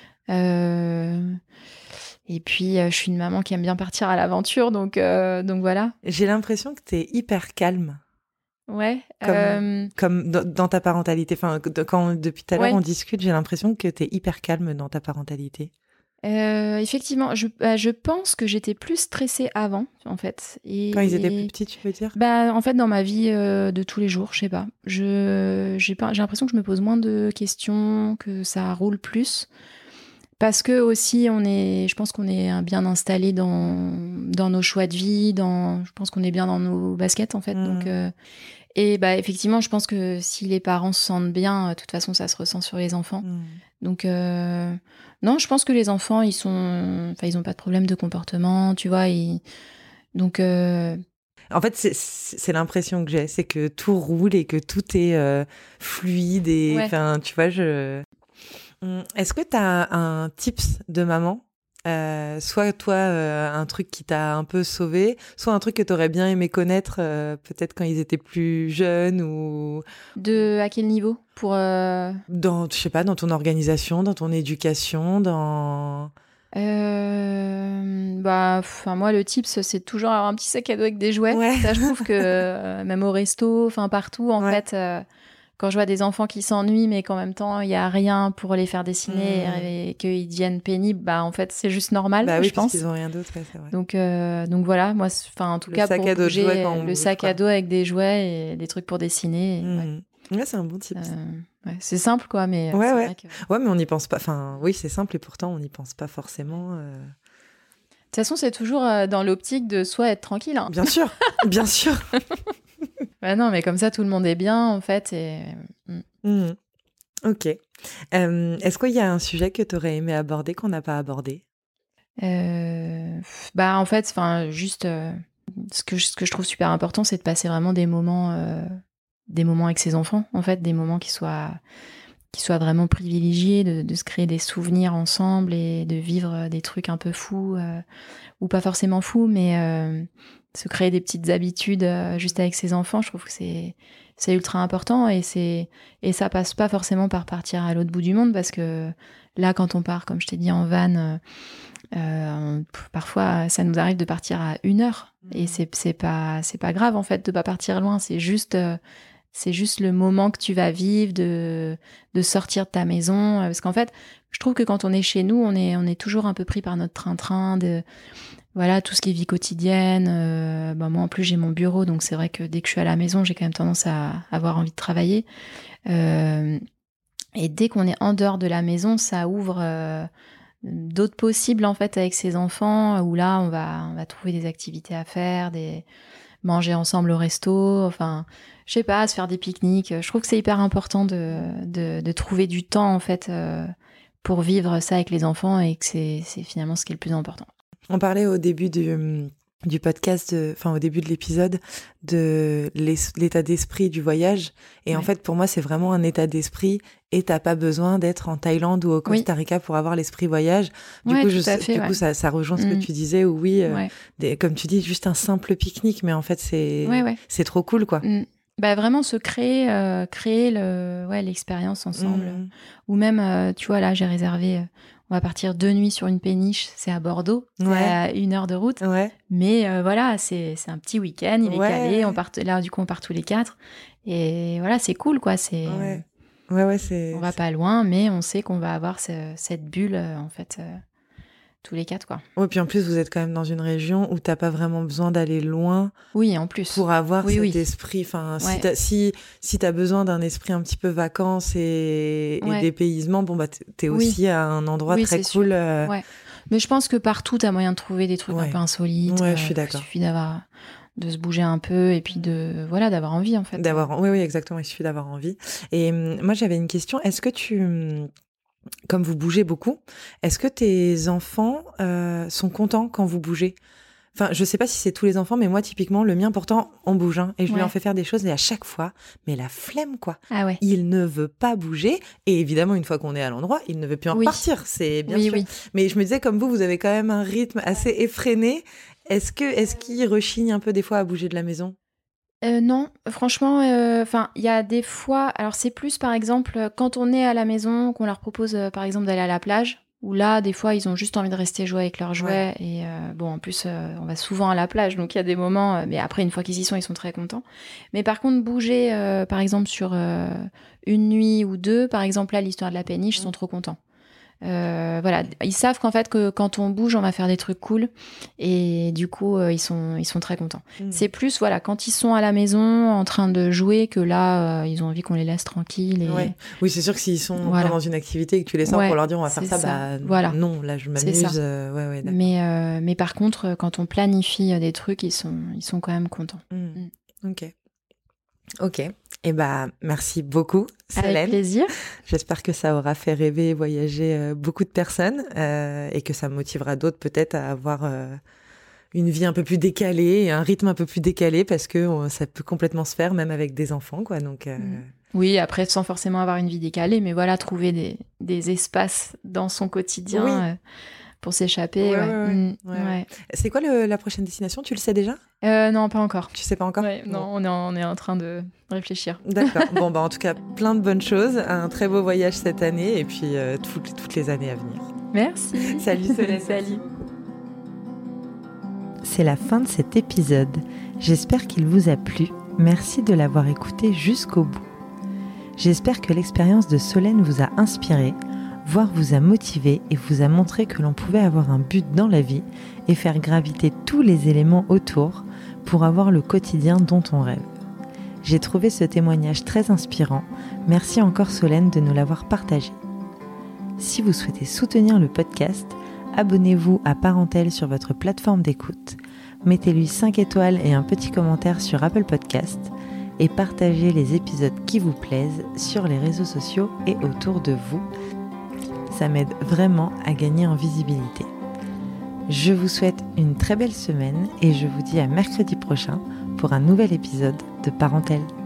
S2: Et puis, je suis une maman qui aime bien partir à l'aventure, donc voilà.
S1: J'ai l'impression que t'es hyper calme.
S2: Ouais.
S1: Comme dans ta parentalité. Enfin, quand depuis tout à l'heure on discute, j'ai l'impression que t'es hyper calme dans ta parentalité.
S2: Effectivement, je pense que j'étais plus stressée avant, en fait.
S1: Quand ils étaient plus petits, tu veux dire?
S2: En fait, dans ma vie de tous les jours, je sais pas. J'ai l'impression que je me pose moins de questions, que ça roule plus. Parce que aussi, je pense qu'on est bien installés dans nos choix de vie, je pense qu'on est bien dans nos baskets, en fait. Donc, Et bah, effectivement, je pense que si les parents se sentent bien, de toute façon, ça se ressent sur les enfants. Donc, non, je pense que les enfants, ils ont pas de problème de comportement, tu vois. Donc,
S1: En fait, c'est l'impression que j'ai, c'est que tout roule et que tout est fluide et,
S2: ouais.
S1: enfin, tu vois, Est-ce que t'as un tips de maman? Soit toi, un truc qui t'a un peu sauvé, soit un truc que t'aurais bien aimé connaître, peut-être quand ils étaient plus jeunes ou
S2: À quel niveau? Pour.
S1: dans, je sais pas, dans ton organisation, dans ton éducation, dans.
S2: Moi, le tips, c'est toujours avoir un petit sac à dos avec des jouets.
S1: Ouais.
S2: Ça, je trouve que même au resto, partout, en fait, quand je vois des enfants qui s'ennuient, mais qu'en même temps, il n'y a rien pour les faire dessiner et qu'ils deviennent pénibles, bah, en fait, c'est juste normal,
S1: Bah oui,
S2: je pense.
S1: parce qu'ils ont rien d'autre, ouais, c'est vrai.
S2: Donc voilà, moi, en tout cas, pour bouger, le sac à dos avec des jouets et des trucs pour dessiner.
S1: Ouais, c'est un bon tips.
S2: C'est simple, quoi, mais
S1: ouais,
S2: c'est
S1: ouais.
S2: vrai que...
S1: Ouais, mais on n'y pense pas. Enfin, oui, c'est simple et pourtant, on n'y pense pas forcément.
S2: De toute façon, c'est toujours dans l'optique de soit être tranquille. Hein.
S1: Bien sûr, bien sûr.
S2: Bah non, mais comme ça, tout le monde est bien, en fait.
S1: Ok. Est-ce qu'il y a un sujet que tu aurais aimé aborder qu'on n'a pas abordé?
S2: En fait, juste, ce que je trouve super important, c'est de passer vraiment des moments avec ses enfants, en fait, des moments qui soient vraiment privilégiés, de se créer des souvenirs ensemble et de vivre des trucs un peu fous, ou pas forcément fous, mais se créer des petites habitudes juste avec ses enfants. Je trouve que c'est ultra important et ça passe pas forcément par partir à l'autre bout du monde, parce que là, quand on part, comme je t'ai dit, en van, parfois ça nous arrive de partir à 1 heure et c'est pas grave, en fait, de pas partir loin. C'est juste le moment que tu vas vivre, de sortir de ta maison, parce qu'en fait, je trouve que quand on est chez nous, on est toujours un peu pris par notre train-train de voilà, tout ce qui est vie quotidienne. Moi, en plus, j'ai mon bureau, donc c'est vrai que dès que je suis à la maison, j'ai quand même tendance à avoir envie de travailler. Et dès qu'on est en dehors de la maison, ça ouvre d'autres possibles, en fait, avec ses enfants, où là, on va trouver des activités à faire, manger ensemble au resto, je sais pas, se faire des pique-niques. Je trouve que c'est hyper important de trouver du temps, en fait, pour vivre ça avec les enfants, et que c'est finalement ce qui est le plus important.
S1: On parlait au début du podcast, au début de l'épisode, de l'état d'esprit du voyage. Et en fait, pour moi, c'est vraiment un état d'esprit, et t'as pas besoin d'être en Thaïlande ou au Costa Rica pour avoir l'esprit voyage. Du coup, ça rejoint ce que tu disais, où comme tu dis, juste un simple pique-nique, mais en fait, c'est trop cool, quoi.
S2: Vraiment se créer l'expérience ensemble. Ou même, tu vois, là, j'ai réservé... on va partir 2 nuits sur une péniche, c'est à Bordeaux, c'est à 1 heure de route. Mais voilà, c'est un petit week-end, il est calé, là, du coup, on part tous les 4. Et voilà, c'est cool, quoi. On va pas loin, mais on sait qu'on va avoir cette bulle, en fait, tous les 4, quoi.
S1: Ouais, puis en plus, vous êtes quand même dans une région où t'as pas vraiment besoin d'aller loin.
S2: Oui, en plus.
S1: Pour avoir cet esprit. Enfin, si t'as besoin d'un esprit un petit peu vacances et dépaysement, t'es aussi à un endroit très cool.
S2: Mais je pense que partout, t'as moyen de trouver des trucs un peu insolites.
S1: Ouais, je suis d'accord.
S2: Il suffit de se bouger un peu et puis d'avoir envie, en fait.
S1: Oui, exactement. Il suffit d'avoir envie. Et moi, j'avais une question. Est-ce que comme vous bougez beaucoup, est-ce que tes enfants sont contents quand vous bougez? Enfin, je sais pas si c'est tous les enfants, mais moi, typiquement, le mien, pourtant, on bouge, hein, et je lui en fais faire des choses, et à chaque fois, mais la flemme, quoi.
S2: Ah ouais.
S1: Il ne veut pas bouger, et évidemment, une fois qu'on est à l'endroit, il ne veut plus en repartir, c'est bien sûr. Mais je me disais, comme vous avez quand même un rythme assez effréné. Est-ce qu'il rechigne un peu des fois à bouger de la maison?
S2: Non, franchement, il y a des fois... Alors, c'est plus, par exemple, quand on est à la maison, qu'on leur propose, par exemple, d'aller à la plage, où là, des fois, ils ont juste envie de rester jouer avec leurs jouets. Et en plus, on va souvent à la plage, donc il y a des moments... mais après, une fois qu'ils y sont, ils sont très contents. Mais par contre, bouger, par exemple, sur 1 nuit ou 2, par exemple, là, l'histoire de la péniche, ils sont trop contents. Voilà, ils savent qu'en fait, que quand on bouge, on va faire des trucs cool, et du coup, ils sont très contents. C'est plus, voilà, quand ils sont à la maison en train de jouer, que là, ils ont envie qu'on les laisse tranquilles.
S1: Oui, c'est sûr que s'ils sont dans une activité et que tu les sors pour leur dire on va faire ça, non, là je m'amuse.
S2: Mais par contre, quand on planifie des trucs, ils sont quand même contents.
S1: Ok. Ok. Eh ben, merci beaucoup, Solène.
S2: Avec plaisir.
S1: J'espère que ça aura fait rêver et voyager beaucoup de personnes et que ça motivera d'autres peut-être à avoir une vie un peu plus décalée et un rythme un peu plus décalé parce que ça peut complètement se faire même avec des enfants, quoi. Donc,
S2: Oui, après, sans forcément avoir une vie décalée, mais voilà, trouver des espaces dans son quotidien pour s'échapper.
S1: Ouais. C'est quoi la prochaine destination? Tu le sais déjà?
S2: Non, pas encore.
S1: Tu sais pas encore?
S2: Non, on est en train de réfléchir.
S1: D'accord. Bon, en tout cas, plein de bonnes choses. Un très beau voyage cette année et puis toutes les années à venir.
S2: Merci.
S1: Salut Solène.
S2: Salut.
S1: C'est la fin de cet épisode. J'espère qu'il vous a plu. Merci de l'avoir écouté jusqu'au bout. J'espère que l'expérience de Solène vous a inspiré, voire vous a motivé et vous a montré que l'on pouvait avoir un but dans la vie et faire graviter tous les éléments autour pour avoir le quotidien dont on rêve. J'ai trouvé ce témoignage très inspirant. Merci encore Solène de nous l'avoir partagé. Si vous souhaitez soutenir le podcast, abonnez-vous à Parentèle sur votre plateforme d'écoute, mettez-lui 5 étoiles et un petit commentaire sur Apple Podcast et partagez les épisodes qui vous plaisent sur les réseaux sociaux et autour de vous. Ça m'aide vraiment à gagner en visibilité. Je vous souhaite une très belle semaine et je vous dis à mercredi prochain pour un nouvel épisode de Parentèle.